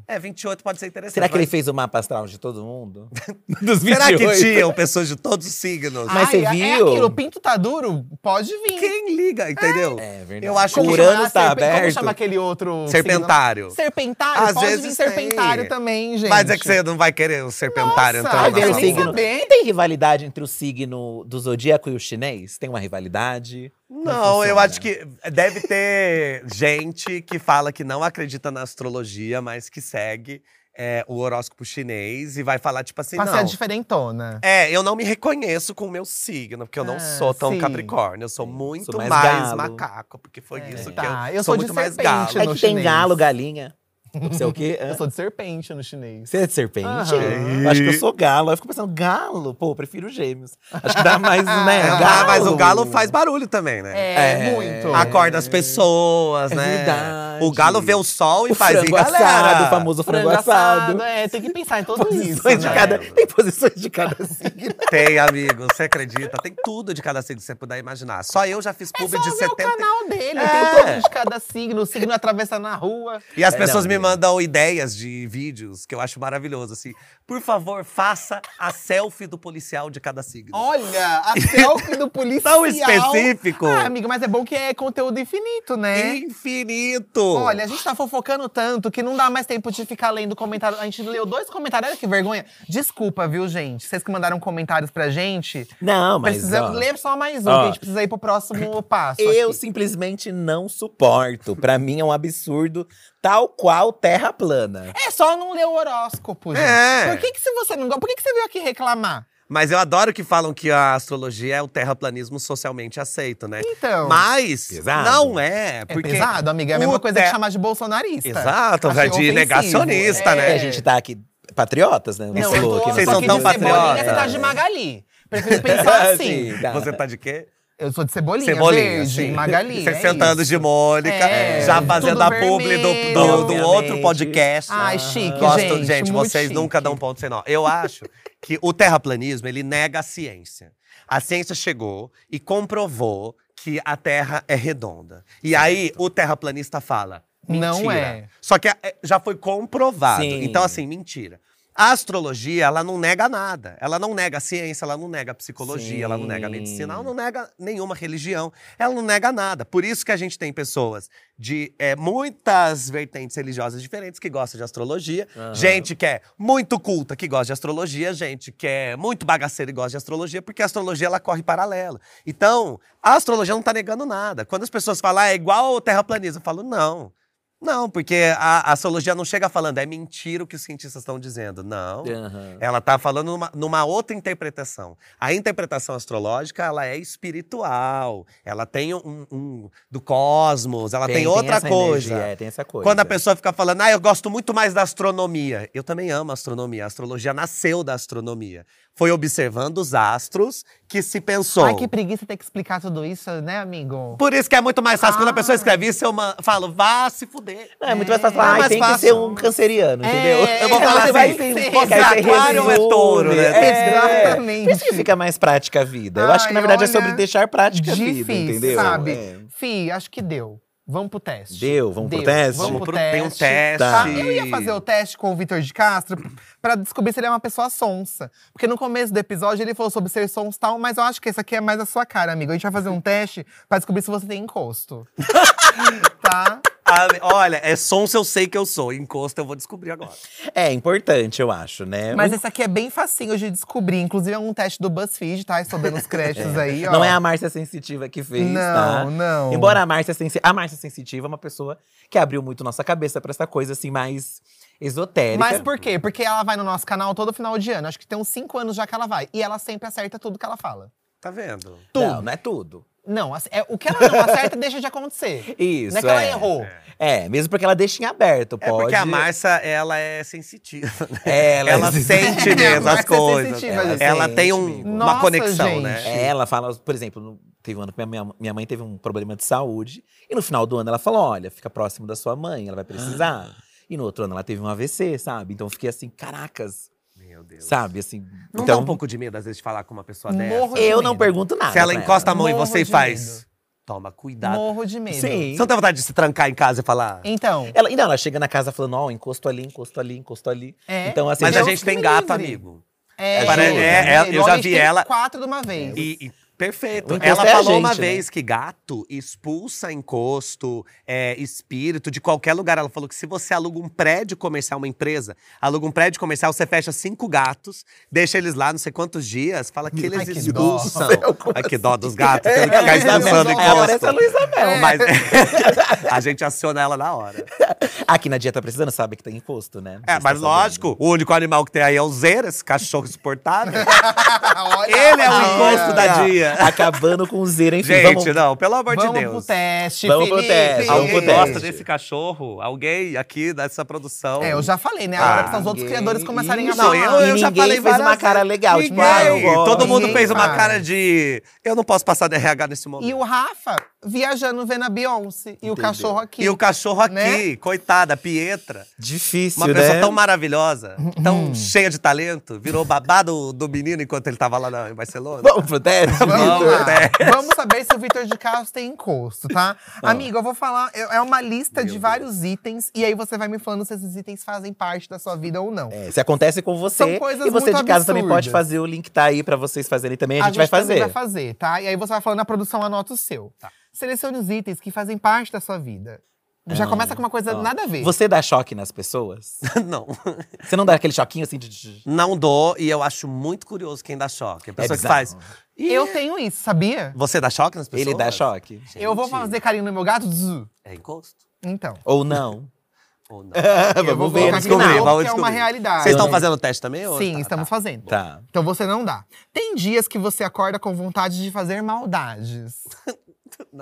É, vinte e oito pode ser interessante. Será que ele mas- fez o mapa astral de todo mundo? Dos vinte e Será oito? que tinham pessoas de todos os signos? Mas você Ai, É viu? aquilo, o pinto tá duro, pode vir. Quem liga, entendeu? É verdade. Eu acho Como que O Uranus chama? tá Serpe- aberto. Como chama aquele outro Serpentário. signo? Serpentário? Às pode vezes vir serpentário tem. também, gente. Mas é que você não vai querer o serpentário, Nossa, então. ai, não. Deus, Tem o nem signo. saber. Não tem rivalidade entre o signo do zodíaco e o chinês? Tem uma rivalidade? Não, eu funciona. acho que deve ter gente que fala que não acredita na astrologia, mas que segue é, o horóscopo chinês e vai falar, tipo assim, Pra ser não. a diferentona. É, eu não me reconheço com o meu signo, porque eu não Ah, sou tão sim. capricórnio. Eu sou muito Sou mais mais, galo. macaco, porque foi isso que Tá, eu, eu sou, sou de muito mais serpente, galo. no É que tem chinês. galo, galinha. Você é o quê? Hã? Eu sou de serpente no chinês. Você é de serpente? Aham. Eu acho que eu sou galo. Aí eu fico pensando, galo? Pô, eu prefiro gêmeos. Acho que dá mais, né? Ah, Galo. mas o galo faz barulho também, né? É, É. muito. Acorda as pessoas, É né? verdade. O galo vê o sol e O faz frango e assado, galera. o famoso frango, Frango assado. assado, é, tem que pensar em tudo isso, Posições de né? cada, tem posições de cada signo. Tem, amigo, você acredita? Tem tudo de cada signo que você puder imaginar. Só eu já fiz É pub só de ver setenta. o canal dele, É. tem tudo de cada signo. O signo atravessa na rua. E as É, pessoas não, me amigo. mandam ideias de vídeos que eu acho maravilhoso, assim. Por favor, faça a selfie do policial de cada signo. Olha, a selfie do policial. Tão específico. Ah, amigo, mas é bom que é conteúdo infinito, né? Infinito! Olha, a gente tá fofocando tanto que não dá mais tempo de ficar lendo comentários. A gente leu dois comentários, olha que vergonha. Desculpa, viu, gente? Vocês que mandaram comentários pra gente. Não, mas Precisamos ó, ler só mais um, ó, que a gente precisa ir pro próximo passo. eu aqui. simplesmente não suporto. Pra mim é um absurdo, tal qual terra plana. É só não ler o horóscopo, gente. É. Por que, que se você não gosta? Por que, que você veio aqui reclamar? Mas eu adoro que falam que a astrologia é o terraplanismo socialmente aceito, né? Então. Mas Pesado. não é, É porque… pesado, amiga. É a mesma o coisa te- que chamar de bolsonarista. Exato, Achei é de ofensivo. negacionista, É. né? A gente tá aqui patriotas, né? Não, Você eu falou tô, aqui no Vocês só são que tão de Cebolinha, patriotas. você tá de Magali. Prefiro pensar assim. Sim, tá. Você tá de quê? Eu sou de Cebolinha, Cebolinha, verde, sim. Magali. sessenta é anos isso. de Mônica, É, já tudo fazendo a publi do, vermelho. do, do Obviamente. outro podcast. Ai, chique, Gosto, gente, gente, muito vocês chique. nunca dão ponto sem nó. Eu acho que o terraplanismo, ele nega a ciência. A ciência chegou e comprovou que a Terra é redonda. E aí, o terraplanista fala, mentira. Não é. Só que é, já foi comprovado. Sim. Então, assim, mentira. A astrologia, ela não nega nada. Ela não nega a ciência, ela não nega a psicologia, Sim. ela não nega a medicina, ela não nega nenhuma religião. Ela não nega nada. Por isso que a gente tem pessoas de é, muitas vertentes religiosas diferentes que gostam de astrologia. Gente que é muito culta, que gosta de astrologia. Gente que é muito bagaceira e gosta de astrologia, porque a astrologia, ela corre paralela. Então, a astrologia não tá negando nada. Quando as pessoas falam, ah, é igual o terraplanismo, eu falo, não. Não, porque a, a astrologia não chega falando, é mentira o que os cientistas estão dizendo. Não. Aham. Ela tá falando numa, numa outra interpretação. A interpretação astrológica, ela é espiritual. Ela tem um… um do cosmos, ela tem, outra essa coisa. energia, é, tem essa coisa. Quando a pessoa fica falando, ah, eu gosto muito mais da astronomia. Eu também amo a astronomia. A astrologia nasceu da astronomia. Foi observando os astros que se pensou. Ai, que preguiça ter que explicar tudo isso, né, amigo? Por isso que é muito mais fácil. Quando a pessoa Ah. escreve isso, eu ma- falo, vá se fuder. Não, é muito mais fácil É falar, ai, mais tem que fácil. ser um canceriano, entendeu? É, Eu vou falar Você assim, vai se sim, fosse aí você aquário ou é resume, touro, né? É. Exatamente. Por isso que fica mais prática a vida. Eu acho que, na Ai, verdade, é olha, sobre deixar prática a vida, Difícil, entendeu? sabe? É. Fi, acho que deu. Vamos pro teste. Deu? Vamos pro teste? Vamos Vamos pro pro- tem um teste. teste. Tá? Eu ia fazer o teste com o Vitor de Castro pra descobrir se ele é uma pessoa sonsa. Porque no começo do episódio ele falou sobre ser sonso e tal, mas eu acho que esse aqui é mais a sua cara, amigo. A gente vai fazer um teste pra descobrir se você tem encosto. Tá? Ah, olha, é som se eu sei que eu sou. Encosto eu vou descobrir agora. É importante, eu acho, né? Mas esse aqui é bem facinho de descobrir. Inclusive é um teste do BuzzFeed, tá? Estou dando os créditos aí, ó. Não é a Márcia Sensitiva que fez, Não, tá? não. Embora a Márcia Sensitiva… A Márcia Sensitiva é uma pessoa que abriu muito nossa cabeça pra essa coisa, assim, mais esotérica. Mas por quê? Porque ela vai no nosso canal todo final de ano. Acho que tem uns cinco anos já que ela vai. E ela sempre acerta tudo que ela fala. Tá vendo? Não, não é tudo. Não, assim, é, o que ela não acerta deixa de acontecer. Isso, Não é que ela é. errou. É, mesmo porque ela deixa em aberto, É pode… porque a Márcia, ela é sensitiva. Né? Ela, Ela sente mesmo Márcia as é coisas. sensitiva, ela gente. ela tem um- Amigo. uma Nossa, conexão, gente. né? Ela fala, por exemplo, no- teve um ano que minha, minha mãe teve um problema de saúde. E no final do ano ela falou, olha, fica próximo da sua mãe, ela vai precisar. E no outro ano ela teve um A V C, sabe? Então eu fiquei assim, caracas, Meu Deus. sabe? Assim, Não então, dá um pouco de medo, às vezes, de falar com uma pessoa Morro dessa? de eu medo. não pergunto nada Se ela pra encosta a mão em Morro você e de faz… Toma cuidado. Morro de medo. Sim. Você não tem vontade de se trancar em casa e falar… Então, Ela, não, ela chega na casa falando, ó, encosto ali, encosto ali, encosto ali. É. Então, assim, Mas Deus a gente tem me gato, livre. amigo. é, Pare- juro, é, né? é, eu Igual já a gente vi tem ela- quatro de uma vez. E, e- perfeito. O encosto Ela é a falou uma gente, né? vez que gato expulsa encosto, é, espírito de qualquer lugar. Ela falou que se você aluga um prédio comercial, uma empresa, aluga um prédio comercial, você fecha cinco gatos, deixa eles lá não sei quantos dias, fala que eles Ai, que expulsam. dó. Ai, que dó dos gatos, tendo que ficar É, expulsando é, Aí aparece a encosto. Luísa Mel. Mas a gente aciona ela na hora. Aqui na Dieta Precisando sabe que tem imposto, né? É, Vocês mas estão sabendo. lógico, o único animal que tem aí é o Zera, esse cachorro insuportável. Olha, Ele é o olha. encosto da dia. Acabando com o zero, enfim. Gente, vamos... não, pelo amor Vamos de Deus. pro teste, Vamos pro Felipe. teste, vamos Alguém pro gosta teste. desse cachorro? Alguém aqui dessa produção? É, eu já falei, né? Agora Ah, precisa os outros ninguém- criadores começarem a Ih, Não, falar. eu, E eu já ninguém falei fez várias uma cara vezes. legal, tipo, ah, eu Ninguém. gosto. Todo mundo Ninguém fez uma faz. cara de… Eu não posso passar de R H nesse momento. E o Rafa viajando vendo a Beyoncé. E o cachorro aqui. E o cachorro aqui, Né? coitada, a Pietra. Difícil, Uma pessoa né? tão maravilhosa, tão cheia de talento. Virou babado do menino enquanto ele tava lá na, em Barcelona. Vamos pro teste, Vamos, Vitor? lá. teste. Vamos saber se o Vitor de Carlos tem encosto, tá? Amigo, eu vou falar. É é uma lista de vários itens. E aí você vai me falando se esses itens fazem parte da sua vida ou não. É, se acontece com você, São coisas e você muito de casa também absurdas. pode fazer, o link tá aí pra vocês fazerem também, a, gente, vai também fazer. vai fazer, tá? E aí você vai falando, a produção anota o seu. Selecione os itens que fazem parte da sua vida. Já começa com uma coisa Ó, nada a ver. Você dá choque nas pessoas? Não. Você não dá aquele choquinho assim de… Não dou, e eu acho muito curioso quem dá choque. A pessoa que bizarro. faz… "Ih, Eu tenho isso, sabia? Você dá choque nas pessoas? Ele dá choque? Eu vou fazer carinho no meu gato, zzz. É encosto? Então. Ou não? Ou não? eu vou Vamos ver colocar no aqui no final. meu, Vamos que é uma descobrir. realidade. Vocês estão Eu- fazendo o teste também? ou Sim, tá- estamos tá. fazendo. Tá. Então você não dá. Tem dias que você acorda com vontade de fazer maldades. Não.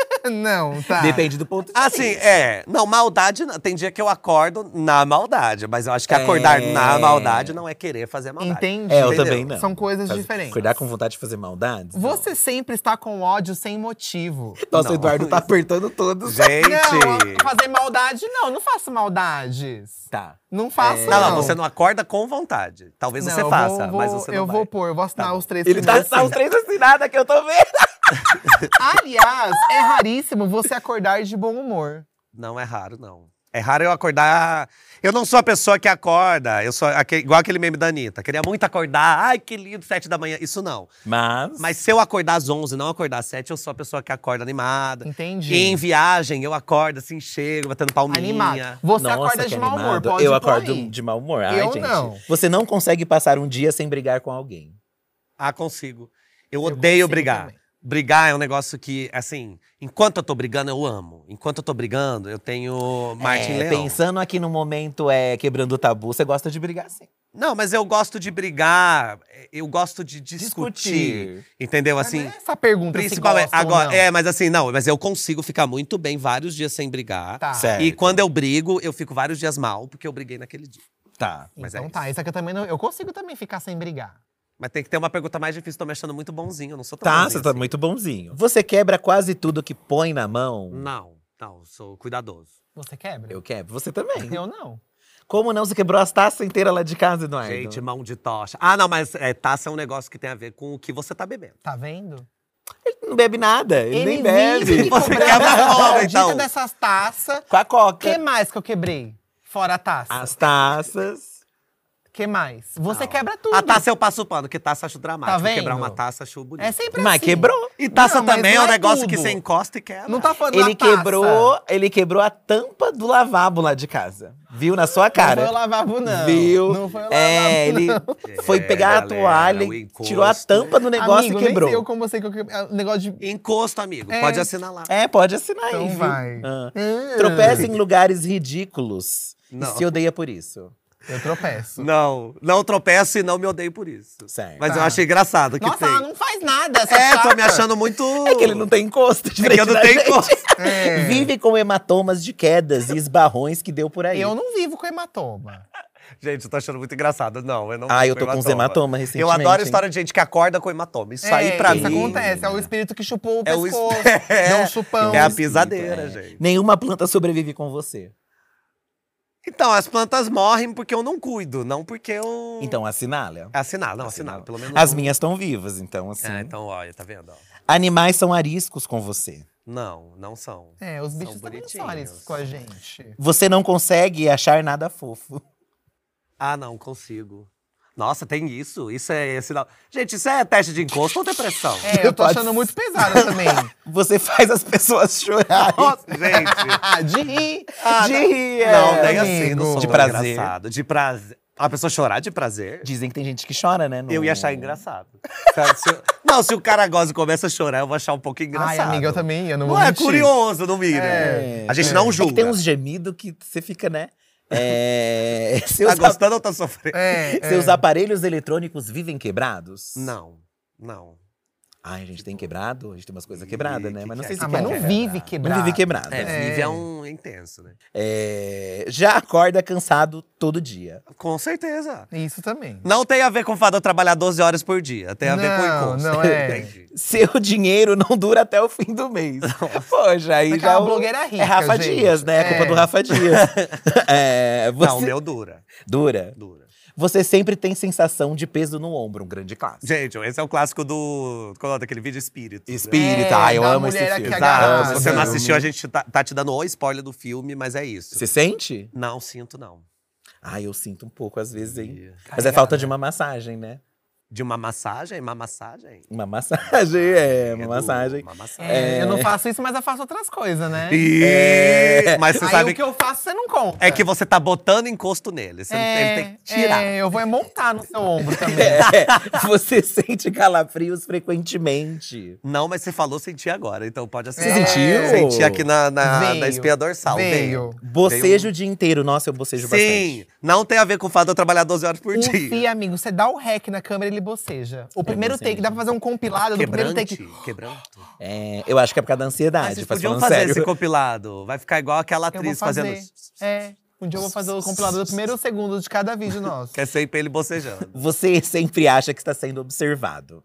Não, tá. Depende do ponto de Assim, vista. é. Não, maldade não. Tem dia que eu acordo na maldade. Mas eu acho que acordar É. na maldade não é querer fazer maldade. Entendi. É, eu Entendeu? também não. São coisas Faz- diferentes. Acordar com vontade de fazer maldades? Você sempre está com ódio sem motivo. Nossa, o Não. Eduardo tá apertando todos. Gente… Não, fazer maldade não, não faço maldades. Tá. Não faço, Não, não. não, você não acorda com vontade. Talvez Não, você eu faça, vou- mas vou- você não Eu vai. vou pôr, eu vou assinar Tá bom. os três Ele tá primeiros tá os sim. três assinados que eu tô vendo. Aliás, é raríssimo você acordar de bom humor. Não é raro, não. É raro eu acordar… Eu não sou a pessoa que acorda. Eu sou aque- igual aquele meme da Anitta. Queria muito acordar. Ai, que lindo, sete da manhã. Isso não. Mas… Mas se eu acordar às onze e não acordar às sete, eu sou a pessoa que acorda animada. Entendi. E em viagem, eu acordo assim, chego, batendo palminha. Animado. Você Nossa, acorda que de mau humor, animado. pode Eu pôr acordo aí. de mau humor. Ai, Eu gente. não. Você não consegue passar um dia sem brigar com alguém. Ah, consigo. Eu odeio consigo brigar. também. Brigar é um negócio que, assim, enquanto eu tô brigando, eu amo. Enquanto eu tô brigando, eu tenho Martin É, Leão. pensando aqui no momento, é, quebrando o tabu, você gosta de brigar sim. Não, mas eu gosto de brigar, eu gosto de discutir. Discutir. Entendeu? Mas Assim, não é essa pergunta principalmente. se gosta ou Agora, não. é, mas assim, não, mas eu consigo ficar muito bem vários dias sem brigar. Tá. Certo. E quando eu brigo, eu fico vários dias mal, porque eu briguei naquele dia. Tá. Mas é Então isso. tá, isso aqui eu também não… Eu consigo também ficar sem brigar. Mas tem que ter uma pergunta mais difícil, tô me achando muito bonzinho, eu não sou tão Tá, bonzinho você tá assim. muito bonzinho. Você quebra quase tudo que põe na mão? Não, não, sou cuidadoso. Você quebra? Eu quebro. Você também. Eu não. Como não? Você quebrou as taças inteiras lá de casa, Eduardo? Gente, mão de tocha. Ah, não, mas é, taça é um negócio que tem a ver com o que você tá bebendo. Tá vendo? Ele não bebe nada, ele, nem vive bebe. me Você cobrando quebra essa como, maldita então? dessas taças. Com a O coca. que mais que eu quebrei? Fora a taça. As taças. que mais? Você Não. quebra tudo. A taça eu passo o pano, que taça eu acho dramático. Tá vendo? Quebrar uma taça acho bonito. É sempre Mas assim. quebrou. E taça Não, mas também é não um é negócio tudo. que você encosta e quebra. Não tá falando Ele da taça. quebrou, ele quebrou a tampa do lavabo lá de casa. Viu na sua cara. Não foi o lavabo, não. Viu? Não foi o lavabo, É, ele não. foi É, pegar a galera, toalha, o e encosto. tirou a tampa do negócio Amigo, e quebrou. nem sei eu como você que eu quebrei. O negócio de… Encosto, amigo. É. Pode assinar lá. É, pode assinar Então aí, viu? vai. Ah. Ah. Tropeça em lugares ridículos Não. e se odeia por isso. Eu tropeço. Não, não tropeço e não me odeio por isso. Certo. Mas eu Tá. achei engraçado que Nossa, tem. ela não faz nada, essa É, tô chata. me achando muito… É que ele não tem encosto de É que eu frente não da tenho gente. encosto. É. Vive com hematomas de quedas e esbarrões que deu por aí. Eu não vivo com hematoma. Gente, eu tô achando muito engraçado. Não, eu não Ah, vivo eu tô com uns hematoma recentemente, Eu adoro a hein? história de gente que acorda com hematoma. Isso aí, pra isso mim… acontece. É o espírito que chupou o É o pescoço. es- Deu um chupão. É a pisadeira, É. gente. Nenhuma planta sobrevive com você. Então, as plantas morrem porque eu não cuido, não porque eu… Então assinala. Assinar, não, assinar. Pelo menos… As não- minhas estão vivas, então assim. Ah, então, olha, tá vendo? ó. Animais são ariscos com você. Não, não são. É, os São bichos também são bonitinhos. parecidos com a gente. Você não consegue achar nada fofo. Ah, não, consigo. Nossa, tem isso? Isso é sinal. Gente, isso é teste de encosto ou depressão? É, eu tô Pode achando ser. muito pesado também. Você faz as pessoas chorarem. Nossa, gente. De rir. de rir, é, não, nem assim, amigo. não sou De tão prazer. engraçado. De prazer. A pessoa chorar de prazer? Dizem que tem gente que chora, né? no- Eu ia achar engraçado. Sabe, se eu- Não, se o cara gosta e começa a chorar, eu vou achar um pouco engraçado. Ai, amiga, eu também ia, não Não vou é mentir. curioso, no mínimo. É. A gente É. não É que julga. tem uns gemidos que você fica, né? É... seus, Tá gostando ou tá sofrendo? É, seus é. aparelhos eletrônicos vivem quebrados? Não, não. Ai, a gente tem quebrado? A gente tem umas coisas quebradas, né? que Mas não que sei é se Ah, mas não quebra. vive quebrado. Não vive quebrado. É, né? vive é um intenso, né? É, Já acorda cansado todo dia. Com certeza. Isso também. Não tem a ver com o fato de eu trabalhar doze horas por dia. Tem a ver com o Não, encosto. não é. Entendi. Seu dinheiro não dura até o fim do mês. Poxa, aí Aquela já. o- blogueira rica, É Rafa gente. Dias, né? É culpa É. do Rafa Dias. É, você... Não, o meu dura. Dura. Dura. Você sempre tem sensação de peso no ombro, um grande clássico. Gente, esse é o clássico do. Qual é o nome daquele vídeo? Espírito. Espírita, É, ai, eu da amo esse mulher filme. que Exato. agarra. Se Ah, você não sim. assistiu, a gente tá, tá te dando o spoiler do filme, mas é isso. Você sente? Não, sinto não. Ai, eu sinto um pouco às vezes, hein? Ih. Mas é falta de uma massagem, né? De uma massagem? Uma massagem? Uma massagem, é, uma É do- massagem. Uma massagem. É, eu não faço isso, mas eu faço outras coisas, né? E... Mas você Aí sabe o que eu faço, você não conta. é que você tá botando encosto nele. Você é, ele tem que tirar. É, eu vou é montar no seu ombro também. É, você sente calafrios frequentemente. Não, mas você falou sentir agora, então pode Você assistir. sentiu? Senti aqui na, na, Veio, na espinha dorsal. veio. Bocejo o dia inteiro. Nossa, eu bocejo Sim, bastante. não tem a ver com o fato de eu trabalhar doze horas por Um dia. fio, amigo, você dá o rec na câmera e ele boceja. O primeiro bocejo. take, dá pra fazer um compilado do primeiro Quebrante, take. quebranto. É, eu acho que é por causa da Mas ansiedade, vocês faz podiam falando fazer sério. esse compilado. Vai ficar igual aquela Eu vou atriz fazer. fazendo… É, um dia eu vou fazer o compilado do primeiro segundo de cada vídeo nosso. Que é sempre ele bocejando. Você sempre acha que está sendo observado.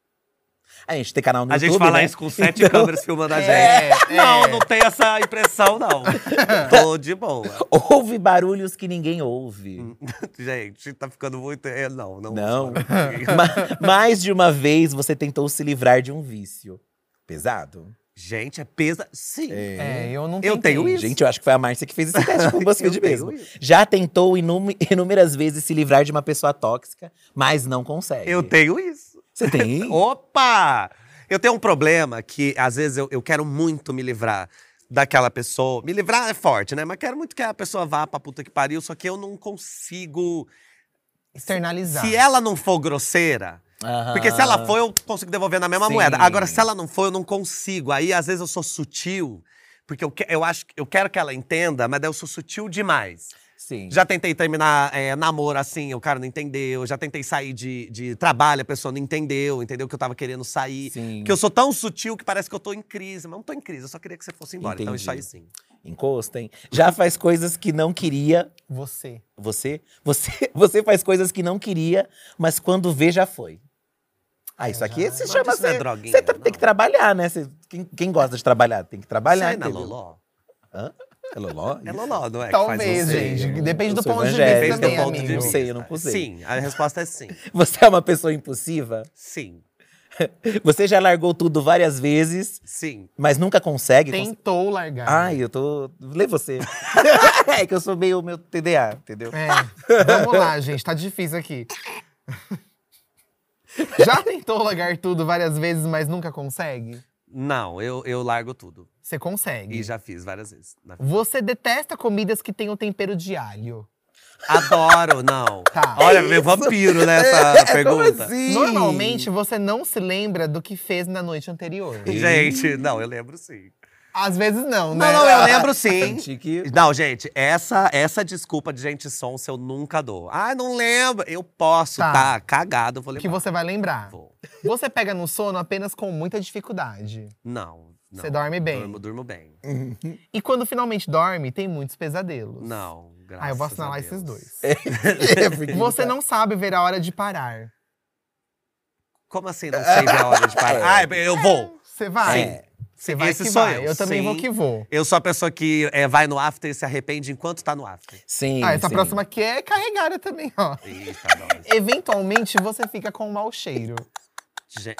A gente tem canal no A YouTube, gente fala né? isso com sete Então, câmeras filmando a gente. É, Não, é. não tem essa impressão, não. Tô de boa. Ouve barulhos que ninguém ouve. Gente, tá ficando muito… é, Não, não. Não. Ma- mais de uma vez você tentou se livrar de um vício. Pesado? Gente, é pesa… Sim. É, eu não Eu tentei. tenho isso. Gente, eu acho que foi a Márcia que fez esse teste com o BuzzFeed Eu tenho mesmo. isso. Já tentou inúme- inúmeras vezes se livrar de uma pessoa tóxica, mas não consegue. Eu tenho isso. Você tem? Opa! Eu tenho um problema que, às vezes, eu, eu quero muito me livrar daquela pessoa. Me livrar é forte, né? Mas quero muito que a pessoa vá pra puta que pariu, só que eu não consigo… Externalizar. Se ela não for grosseira… Aham. Porque se ela for, eu consigo devolver na mesma Sim. moeda. Agora, se ela não for, eu não consigo. Aí, às vezes, eu sou sutil. Porque eu, que- eu acho eu quero que ela entenda, mas daí eu sou sutil demais. Sim. Já tentei terminar é, namoro assim, o cara não entendeu. Já tentei sair de, de trabalho, a pessoa não entendeu, entendeu que eu tava querendo sair. Sim. Porque eu sou tão sutil que parece que eu tô em crise. Mas não tô em crise, eu só queria que você fosse embora. Então Entendi. isso aí sim. Encostem. Já faz coisas que não queria. Você. Você? Você, você faz coisas que não queria, mas quando vê, já foi. Ah, isso aqui se Mas chama… isso não é Você droguinha, você tem não. que trabalhar, né? Você- quem, quem gosta de trabalhar tem que trabalhar, Sai na entendeu? Loló. Hã? É Loló? É Loló, não é? que Talvez, faz você- gente. Depende Eu do sou ponto de evangélico, vista Depende também, do ponto de amigo. Não vista. sei, eu não usei. Sim, a resposta é sim. Você é uma pessoa impulsiva? Sim. Você já largou tudo várias vezes, Sim. mas nunca consegue? Cons- Tentou largar. Ai, eu tô… Lê você. É que eu sou meio meu T D A, entendeu? É, vamos lá, gente. Tá difícil aqui. Já tentou largar tudo várias vezes, mas nunca consegue? Não, eu, eu largo tudo. Você consegue. E já fiz várias vezes. na vida. Você detesta comidas que tenham tempero de alho? Adoro, não. Tá. Olha, meu vampiro nessa pergunta. assim? Normalmente, você não se lembra do que fez na noite anterior. Gente, não, eu lembro sim. Às vezes não, né? Não, não, eu lembro sim. Senti que… Não, gente, essa, essa desculpa de gente sonsa eu nunca dou. Ah, não lembro. Eu posso, Tá. tá, cagado, eu vou lembrar. Que você vai lembrar. Vou. Você pega no sono apenas com muita dificuldade. Não, não. Você dorme bem. Durmo, durmo bem. E quando finalmente dorme, tem muitos pesadelos. Não, graças Ah, eu vou a assinalar Deus. esses dois. É, porque Você não sabe ver a hora de parar. Como assim não sei ver a hora de parar? Ah, eu vou. Você vai? É. Você vai Esse que sou vai. eu, Eu também sim. vou que vou. Eu sou a pessoa que é, vai no after e se arrepende enquanto tá no after. Sim, Ah, essa sim. próxima aqui é carregada também, ó. Eita, nós. Eventualmente, você fica com um mau cheiro. Gente,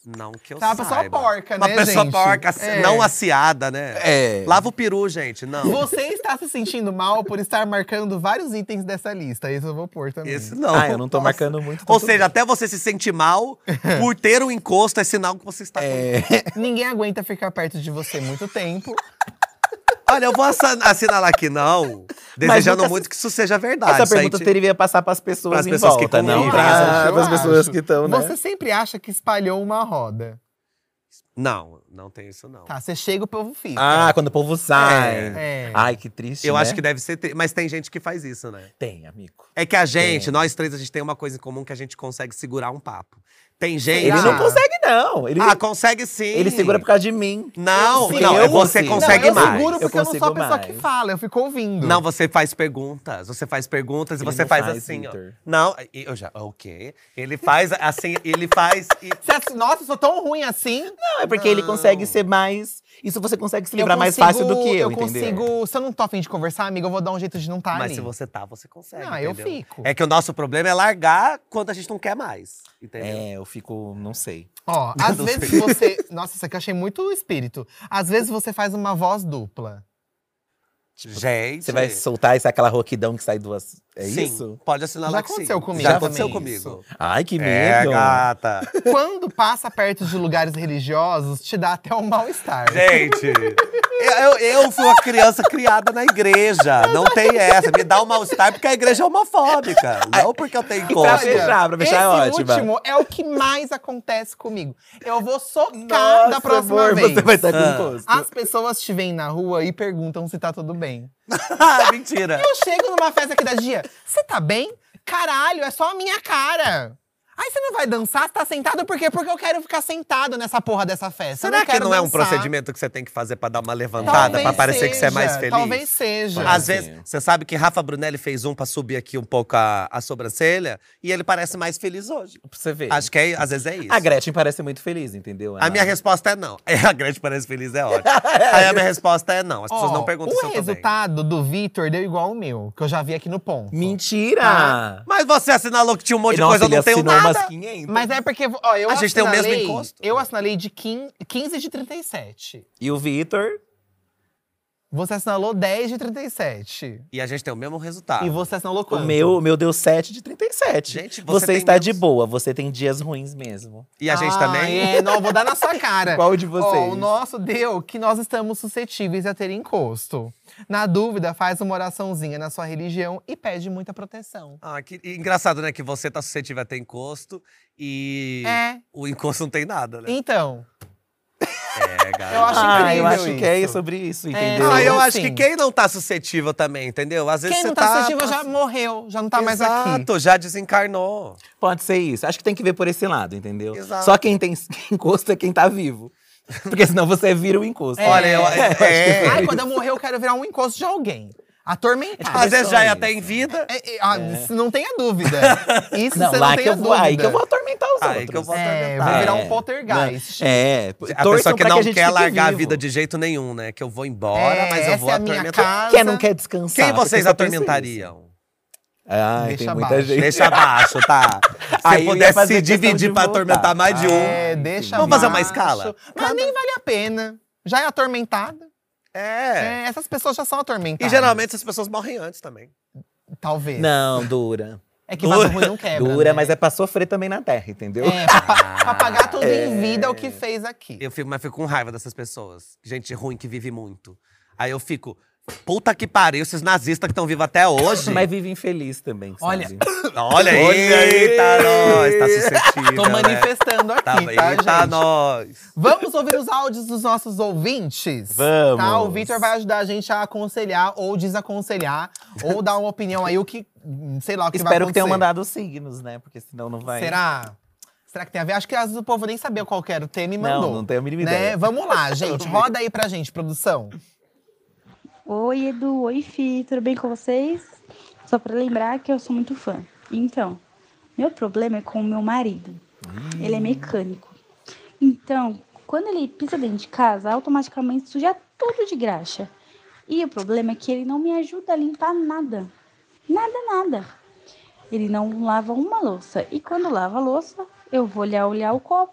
Não que eu Tá uma saiba. pessoa porca, Uma né, pessoa gente? porca, aci- É. não aciada, né? É. Lava o peru, gente, não. Você está se sentindo mal por estar marcando vários itens dessa lista. Esse eu vou pôr também. Esse não. Ah, eu não tô Nossa. marcando muito. Ou tudo seja, bem. até você se sente mal por ter um encosto, é sinal que você está com… É. Ninguém aguenta ficar perto de você muito tempo. Olha, eu vou assan- assinalar aqui não, desejando nunca muito que isso seja verdade. Essa Isso aí pergunta te- teria passar pras pessoas Pras em pessoas que volta, não convivem, pra, eu pras pessoas acho. que estão, né? Você sempre acha que espalhou uma roda. Não, não tem isso não. Tá, você chega, o povo fica. Ah, quando o povo sai. É. Ai, que triste, Eu né? acho que deve ser… tri- Mas tem gente que faz isso, né? Tem, amigo. É que a gente, Tem. nós três, a gente tem uma coisa em comum que a gente consegue segurar um papo. Tem gente… Ele Ah. não consegue, não. Ele, Ah, consegue sim. ele segura por causa de mim. Não, Sim, não, eu você consigo. consegue não, eu mais. seguro Eu porque eu, não sou a consigo pessoa mais. que fala, eu fico ouvindo. Não, você faz perguntas. Você faz perguntas e Ele você não faz, faz, assim, Victor. ó. Não, eu já… O quê? Ele faz assim, ele faz… E… Você ass- Nossa, eu sou tão ruim assim. Não, é porque ele consegue ser mais… Isso você consegue se Eu livrar mais consigo- fácil do que eu, Eu entendeu? consigo… Se eu não tô afim de conversar, amiga, eu vou dar um jeito de não estar Mas ali. se você tá, você consegue, Não, eu entendeu? fico. É que o nosso problema é largar quando a gente não quer mais, entendeu? É, eu fico… Não sei. Ó, às Não vezes sei. você… Nossa, isso aqui eu achei muito espírito. Às vezes você faz uma voz dupla. Gente… Você vai soltar essa aquela roquidão que sai duas… É Sim, isso? pode assinalar Já que aconteceu sim. comigo Já também aconteceu isso. comigo. Ai, que É, medo! gata. Quando passa perto de lugares religiosos, te dá até um mal-estar. Gente, eu, eu fui uma criança criada na igreja. Não tem essa. Me dá um mal-estar porque a igreja é homofóbica. Não porque eu tenho Pra encosto. fechar, pra fechar é Esse ótima. último é o que mais acontece comigo. Eu vou socar Nossa, da próxima amor, vez. você vai estar com Ah. encosto. As pessoas te veem na rua e perguntam se tá tudo bem. Ah, mentira. Eu chego numa festa aqui da Gia, você tá bem? Caralho, é só a minha cara. Aí você não vai dançar? Você tá sentado por quê? Porque eu quero ficar sentado nessa porra dessa festa. Eu Será não que quero não é um dançar. procedimento que você tem que fazer pra dar uma levantada, Talvez pra parecer que você é mais seja, feliz? Talvez seja. Às Sim. vezes, você sabe que Rafa Brunelli fez um pra subir aqui um pouco a, a sobrancelha e ele parece mais feliz hoje. Pra você ver. Acho que é, às vezes é isso. A Gretchen parece muito feliz, entendeu? A Ela- minha resposta é não. É, a Gretchen parece feliz, é ótimo. Aí a minha resposta é não. As pessoas Ó, não perguntam o se eu tô bem. resultado do Vitor deu igual ao meu, que eu já vi aqui no ponto. Mentira! Mas você assinalou que tinha um monte de Nossa, coisa, eu ele não tenho assinou nada. umas quinhentas. Mas é porque, ó, eu A gente tem o mesmo assinalei- encosto. Eu assinalei de quinze de trinta e sete. E o Vitor… Você assinalou dez de trinta e sete. E a gente tem o mesmo resultado. E você assinalou O quanto? meu, o meu deu sete de trinta e sete. Gente, você você tem está de menos- boa, você tem dias ruins mesmo. E a gente Ah, também. É, não, vou dar na sua cara. Qual de vocês? Ó, o nosso deu que nós estamos suscetíveis a ter encosto. Na dúvida, faz uma oraçãozinha na sua religião e pede muita proteção. Ah, que e engraçado, né? Que você tá suscetível a ter encosto e É. o encosto não tem nada, né? Então, É, galera. eu acho ah, incrível eu acho que é isso. sobre isso, É. entendeu? Ah, eu Então, acho assim, que quem não tá suscetível também, entendeu? Às vezes quem você não tá suscetível já morreu, já não tá mais aqui. Exato, já desencarnou. Pode ser isso. Acho que tem que ver por esse lado, entendeu? Exato. Só quem tem encosto é quem tá vivo. Porque senão você vira o encosto. É. Olha, eu, é, Ai, quando eu morrer, eu quero virar um encosto de alguém. Atormentado. às vezes já é isso. até em vida. É, é, ah, isso não tenha dúvida. Isso Não, você lá não que tenha eu vou, dúvida. aí que eu vou atormentar os Aí outros. que eu vou É, atormentar. vou virar É. um poltergeist. É, A torçam pessoa que pra não a gente quer fique largar vivo. a vida de jeito nenhum, né? Que eu vou embora, É, mas eu essa vou é a minha atormentar. casa. Quem não quer descansar? Quem porque vocês só pensa atormentariam? isso. Ai, Deixa tem muita abaixo. gente. Deixa abaixo, tá? Se Aí eu ia pudesse fazer se questão dividir de pra voltar. atormentar mais de um. É, deixa Vamos fazer uma abaixo. escala? Mas nem vale a pena. Já é atormentada. É. É, essas pessoas já são E atormentadas. geralmente essas pessoas morrem antes também. Talvez. Não, dura. É que vaso ruim não quebra, Dura, né? mas é pra sofrer também na terra, entendeu? É, pra, pa- pra pagar tudo em vida o que fez aqui. Eu fico, mas fico com raiva dessas pessoas. Gente ruim que vive muito. Aí eu fico, puta que pariu, esses nazistas que estão vivos até hoje. Mas vive infeliz também, Olha, sabe? Olha aí, eita nós, tá suscetível. Tô né? manifestando aqui, Tá, tá, eita gente? nós. Vamos ouvir os áudios dos nossos ouvintes? Vamos. Tá? O Vitor vai ajudar a gente a aconselhar ou desaconselhar, ou dar uma opinião aí, o que, sei lá, o que vai Espero que acontecer. tenham mandado os signos, né? Porque senão não vai… Será? Será que tem a ver? Acho que às vezes o povo nem sabia qual que era o tema e Não, mandou. não tenho a mínima né? ideia. Vamos lá, gente. Roda aí pra gente, produção. Oi, Edu. Oi, Fih. Tudo bem com vocês? Só pra lembrar que eu sou muito fã. Então, meu problema é com o meu marido. Ele é mecânico. Então, quando ele pisa dentro de casa, automaticamente suja tudo de graxa. E o problema é que ele não me ajuda a limpar nada. Nada, nada. Ele não lava uma louça. E quando lava a louça, eu vou olhar, olhar o copo,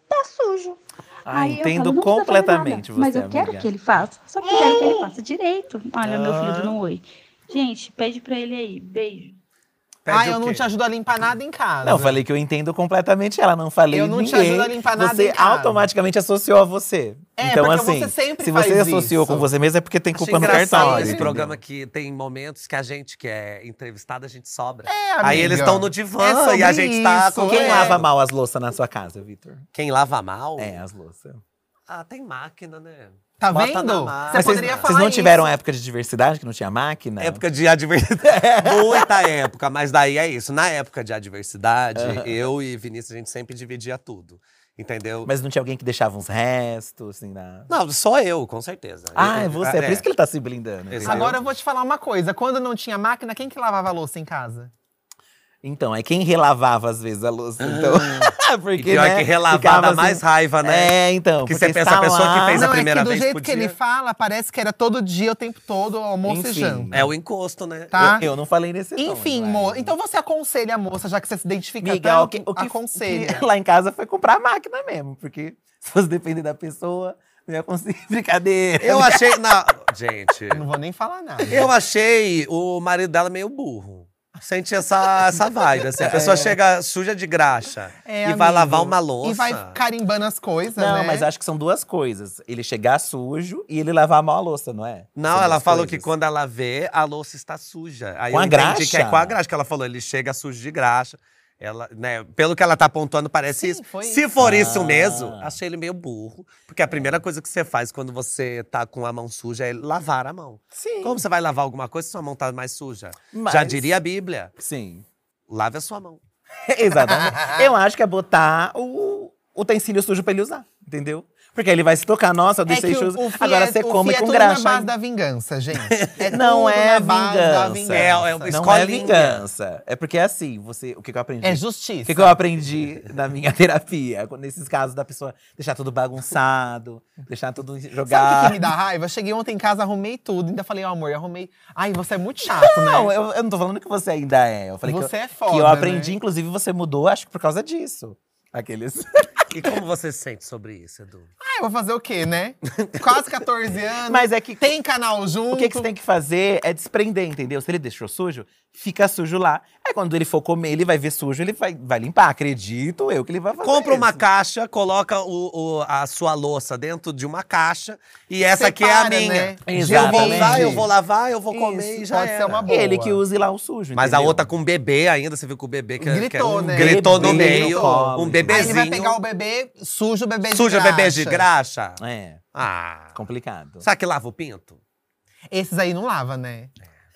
tá sujo. Ah, Aí eu entendo falo, não precisa fazer completamente nada, Mas você, eu quero amiga. que ele faça. Só que eu quero que ele faça direito. Olha, meu filho Ah. dando um oi. Gente, pede pra ele aí. Beijo. Pede Ai, o eu não quê? te ajudo a limpar nada em casa. Não, eu falei que eu entendo completamente ela, não falei Eu não te ninguém. ajudo a limpar nada Você em casa. automaticamente associou a você. É, então, porque assim, você sempre se faz você associou isso. com você mesmo, é porque tem Acho culpa no engraçado cartório. esse entendeu? programa que tem momentos que a gente que é entrevistada, a gente sobra. É, Aí amiga. eles estão no É divã sobre e a gente tá isso, com Quem é. lava mal as louças na sua casa, Vitor? Quem lava mal? É, as louças. Ah, tem máquina, né? Tá Bota vendo? na Você máquina. Mas vocês, poderia vocês falar não tiveram isso. época de diversidade, que não tinha máquina? Época de adversidade. Muita época, mas daí é isso. Na época de adversidade, eu e Vinícius, a gente sempre dividia tudo. Entendeu? Mas não tinha alguém que deixava uns restos, assim, na… Não, só eu, com certeza. Ah, Eu- é você. É por isso que ele tá se blindando. entendeu? Exato. Agora eu vou te falar uma coisa. Quando não tinha máquina, quem que lavava a louça em casa? Então, é quem relavava às vezes a louça. Então, porque, E pior né, que relavar ficava dá assim- mais raiva, né? É, então. Que porque você pensa, está a pessoa que lá- fez a não, primeira é que do vez jeito podia. que ele fala, parece que era todo dia, o tempo todo, almoço Enfim. e janta. É o encosto, né? Tá? Eu, eu não falei nesse tom, Enfim, mas- mo... então você aconselha a moça, já que você se identifica Amiga, tanto, o que, o que, aconselha. que lá em casa foi comprar a máquina mesmo. Porque se fosse depender da pessoa, não ia conseguir. Brincadeira. Eu achei. Na... Gente, Não vou nem falar nada. eu achei o marido dela meio burro. Sente essa, essa vibe, assim. A pessoa chega suja de graxa É, e amigo. vai lavar uma louça. E vai carimbando as coisas, Não, né? mas acho que são duas coisas. Ele chegar sujo e ele lavar mal a louça, não é? Não, São ela duas falou coisas. que quando ela vê, a louça está suja. Aí Com eu a entendi graxa? que é com a graxa, que ela falou, ele chega sujo de graxa. Ela, né, pelo que ela tá apontando, parece Sim, isso. foi Se isso. for isso Ah. mesmo, achei ele meio burro. Porque a primeira coisa que você faz quando você tá com a mão suja é lavar a mão. Sim. Como você vai lavar alguma coisa se sua mão tá mais suja? Mas- Já diria a Bíblia, Sim. lave a sua mão. Exatamente. Eu acho que é botar o utensílio sujo pra ele usar, entendeu? Porque aí ele vai se tocar, nossa, eu É deixei que o- sujo. o fio Agora é- você o come fio é com tudo graxa. na base aí. da vingança, gente. É Não tudo é na base da vingança. É, é vingança. o- Não é escolinha. vingança. É porque assim, você, o que, que eu aprendi? É O justiça. que, que eu aprendi na minha terapia? Quando- Nesses casos da pessoa deixar tudo bagunçado, deixar tudo Sabe o que, jogado. que me dá raiva? Eu cheguei ontem em casa, arrumei tudo. Ainda falei, ó, amor, eu arrumei. Ai, você é muito chato, Não, né? eu, eu não tô falando que você ainda é. Eu falei que, Você eu, é foda, que eu aprendi, né? inclusive você mudou, acho que por causa disso. Aqueles. E como você se sente sobre isso, Edu? Ah, eu vou fazer o quê, né? Quase catorze anos. Mas é que- Tem canal junto. O que, que você tem que fazer é desprender, entendeu? Se ele deixou sujo, fica sujo lá. Aí quando ele for comer, ele vai ver sujo, ele vai, vai limpar. Acredito eu que ele vai fazer Compra uma isso. caixa, coloca o, o- a sua louça dentro de uma caixa. E essa aqui é a Separa, minha. né? Eu vou usar, Divide. eu vou lavar, eu vou comer Isso, e já pode era. ser uma boa. Ele que use lá o sujo, Mas a entendeu? outra com bebê ainda, você viu que o bebê que, Gritou, que né? gritou no Bebê meio, no colo. um Aí bebezinho. ele vai pegar o bebê, suja o bebê de Suja graxa. bebê de graxa. É, Ah, complicado. sabe que lava o pinto? Esses aí não lava, né?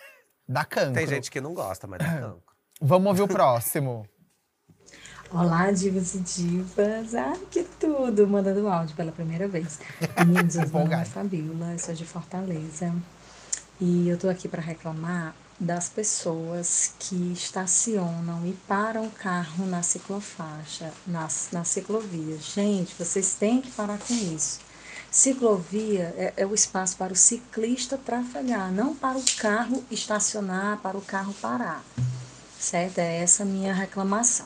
Dá cancro. Tem gente que não gosta, mas dá cancro. Vamos ouvir o próximo. Olá, divas e divas. Ai, que tudo! Mandando áudio pela primeira vez. Meninos, eu sou Empolgada. a Fabíola, eu sou de Fortaleza. E eu tô aqui para reclamar das pessoas que estacionam e param o carro na ciclofaixa, na, na ciclovia. Gente, vocês têm que parar com isso. Ciclovia é, é o espaço para o ciclista trafegar, não para o carro estacionar, para o carro parar. Certo? É essa a minha reclamação.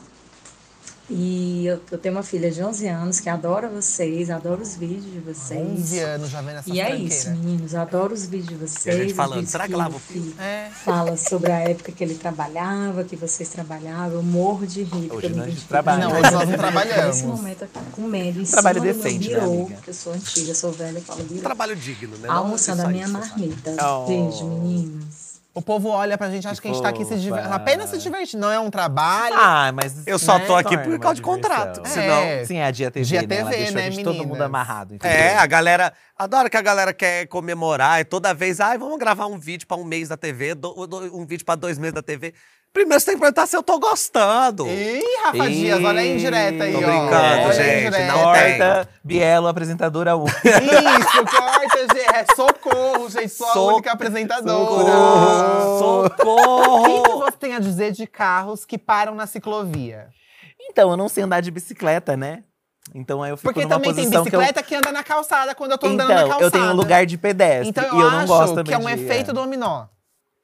E eu, eu tenho uma filha de onze anos que adora vocês, adora os vídeos de vocês. onze anos já vendo essa E é franqueira. isso, meninos. Adoro os vídeos de vocês. E a gente os falando, vídeos será que o lava o Fih É. Fala sobre a época que ele trabalhava, que vocês trabalhavam. Eu morro de rir. porque Hoje eu me nós identifico trabalhamos. Não, muito. hoje nós não trabalhamos. Nesse momento eu tô com medo. Em Trabalho cima do decente, meu né, birô, amiga? que eu sou antiga, sou velha, eu falo birô. Trabalho digno, né? Não Almoçando só a minha isso, sabe? marmita. Oh. Beijo, meninas. O povo olha pra gente, acha que, Que a gente tá aqui se divertindo. fofa. Apenas se divertindo, não é um trabalho. Ah, mas. Eu só né, tô aqui torna por uma causa de diversão. contrato, É. senão… Sim, é a Dia T V, Dia né? Ela T V, deixou né, a gente todo mundo meninas? amarrado, entendeu? É, a galera… Adoro que a galera quer comemorar. E toda vez, ai, vamos gravar um vídeo pra um mês da T V, do- do- um vídeo pra dois meses da T V. Primeiro você tem que perguntar se eu tô gostando. Ih, Rafa Ih, Dias, olha a indireta aí, tô ó. brincando, Olha a gente, indireta. não tem. Corta, Bielo, apresentadora única. Isso, corta, gente. É socorro, gente. Sou a Socorro. única apresentadora. Socorro! O que, que você tem a dizer de carros que param na ciclovia? Então, eu não sei andar de bicicleta, né? Então aí eu fico Porque numa também tem posição bicicleta que que, anda na calçada quando eu tô eu… andando na Então, calçada. eu tenho um lugar de pedestre Então e eu, eu não acho gosto também que é um de… efeito dominó.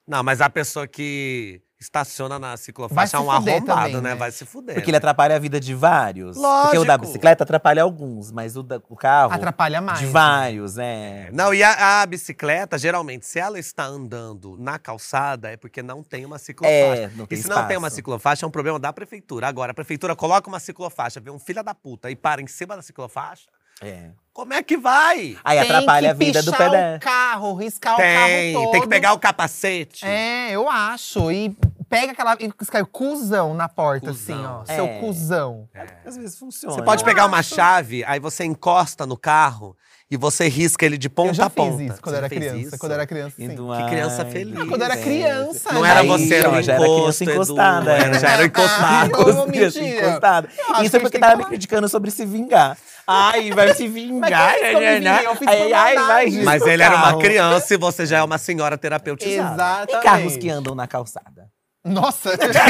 Não, mas a pessoa que estaciona na Vai ciclofaixa se é um fuder arrombado, também, né? né? Vai se fuder. Porque ele atrapalha a vida de vários. Porque o da Lógico. bicicleta atrapalha alguns, mas o, da, o carro… Atrapalha mais. De vários, é. Não, e a, a bicicleta, geralmente, se ela está andando na calçada, é porque não tem uma ciclofaixa. É, não tem e se não tem uma espaço. ciclofaixa, é um problema da prefeitura. Agora, a prefeitura coloca uma ciclofaixa, vê um filho da puta e para em cima da ciclofaixa, É. como é que vai? Aí Tem atrapalha a que vida do pichar pedestre. o carro, riscar Tem, o carro todo. tem que pegar o capacete. É, eu acho. E pega aquela… e escreve cuzão na porta, Cuzão. assim, ó. É. Seu cuzão. Às vezes funciona. Você pode pegar uma chave, aí você encosta no carro e você risca ele de ponta Eu já a ponta. fiz isso quando Você era fez criança. isso? Quando era criança, sim. Indo Que criança mais, feliz. Quando era é. criança. Não era Aí, você, era ó, o já era encosto, criança Edu. encostada. Era, já era encostado. Ô, Criança mentira. encostada. Eu acho que Isso a é gente porque tem tava que me falar. criticando sobre se vingar. Ai, vai se vingar. Mas que isso que eu me vinguei? Eu fiz Ai, por ai, vai maldade. risca Mas o ele era uma carro. criança e você já é uma senhora terapeutizada. Exatamente. E carros que andam na calçada? Nossa.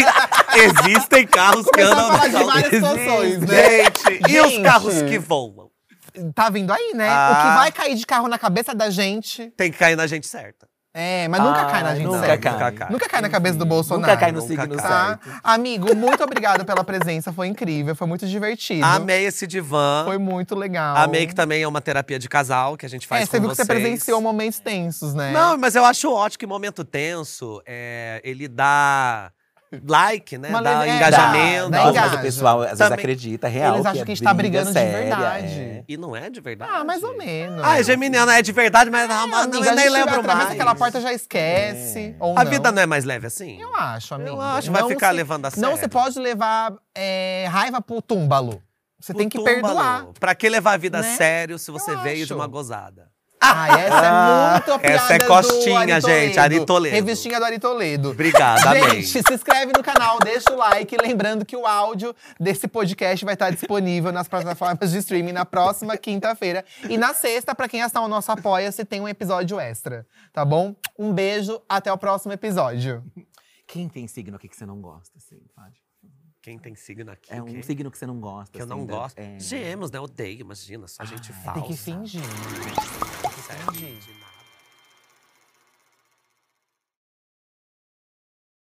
Existem carros que Começar a andam falar de na várias calçada. situações, né? Gente, e os Gente. carros que voam? Tá vindo aí, né? Ah. O que vai cair de carro na cabeça da gente… Tem que cair na gente certa. É, mas nunca Ah, cai na gente nunca certa. cai. Nunca cai. Nunca cai na cabeça do Bolsonaro. Nunca cai no Nunca signo cai. Tá? certo. Amigo, muito obrigado pela presença. Foi incrível, foi muito divertido. Amei esse divã. Foi muito legal. Amei que também é uma terapia de casal que a gente faz É, com você viu que você vocês. presenciou momentos tensos, né? Não, mas eu acho ótimo que momento tenso, é, ele dá like, né? Uma Dá leve- é, engajamento. dá Nossa, mas engaja. o pessoal às vezes Também- acredita, é real. Eles acham é que a gente tá briga brigando de séria, verdade. é. E não é de verdade. Ah, mais ou menos. Ah, é geminiana, é de verdade, mas não, não, Amiga, eu a nem gente lembro atravessa mais. aquela porta já esquece. Ou A não. vida não é mais leve assim? Eu acho, amigo. Eu acho, vai ficar levando a Não, sério. você pode levar é, raiva pro túmbalo. Você tem que Túmbalo. perdoar. Pra que levar a vida Né? a sério se você Eu veio acho. de uma gozada? Ah, essa é muito a piada Essa é do costinha, Ari gente, Toledo. Ari Toledo. Revistinha do Ari Toledo. Obrigado, amei. Gente, se inscreve no canal, deixa o like. Lembrando que o áudio desse podcast vai estar disponível nas plataformas de streaming na próxima quinta-feira. E na sexta, pra quem assinar o nosso Apoia-se, tem um episódio extra, tá bom? Um beijo, até o próximo episódio. Quem tem signo aqui que você não gosta, assim, pode? Quem tem signo aqui? É o um quê? signo que você não gosta. Que eu assim, não da- gosto. é. Gêmeos, né? Odeio, imagina, só gente falsa. Tem que fingir. Sério, gente,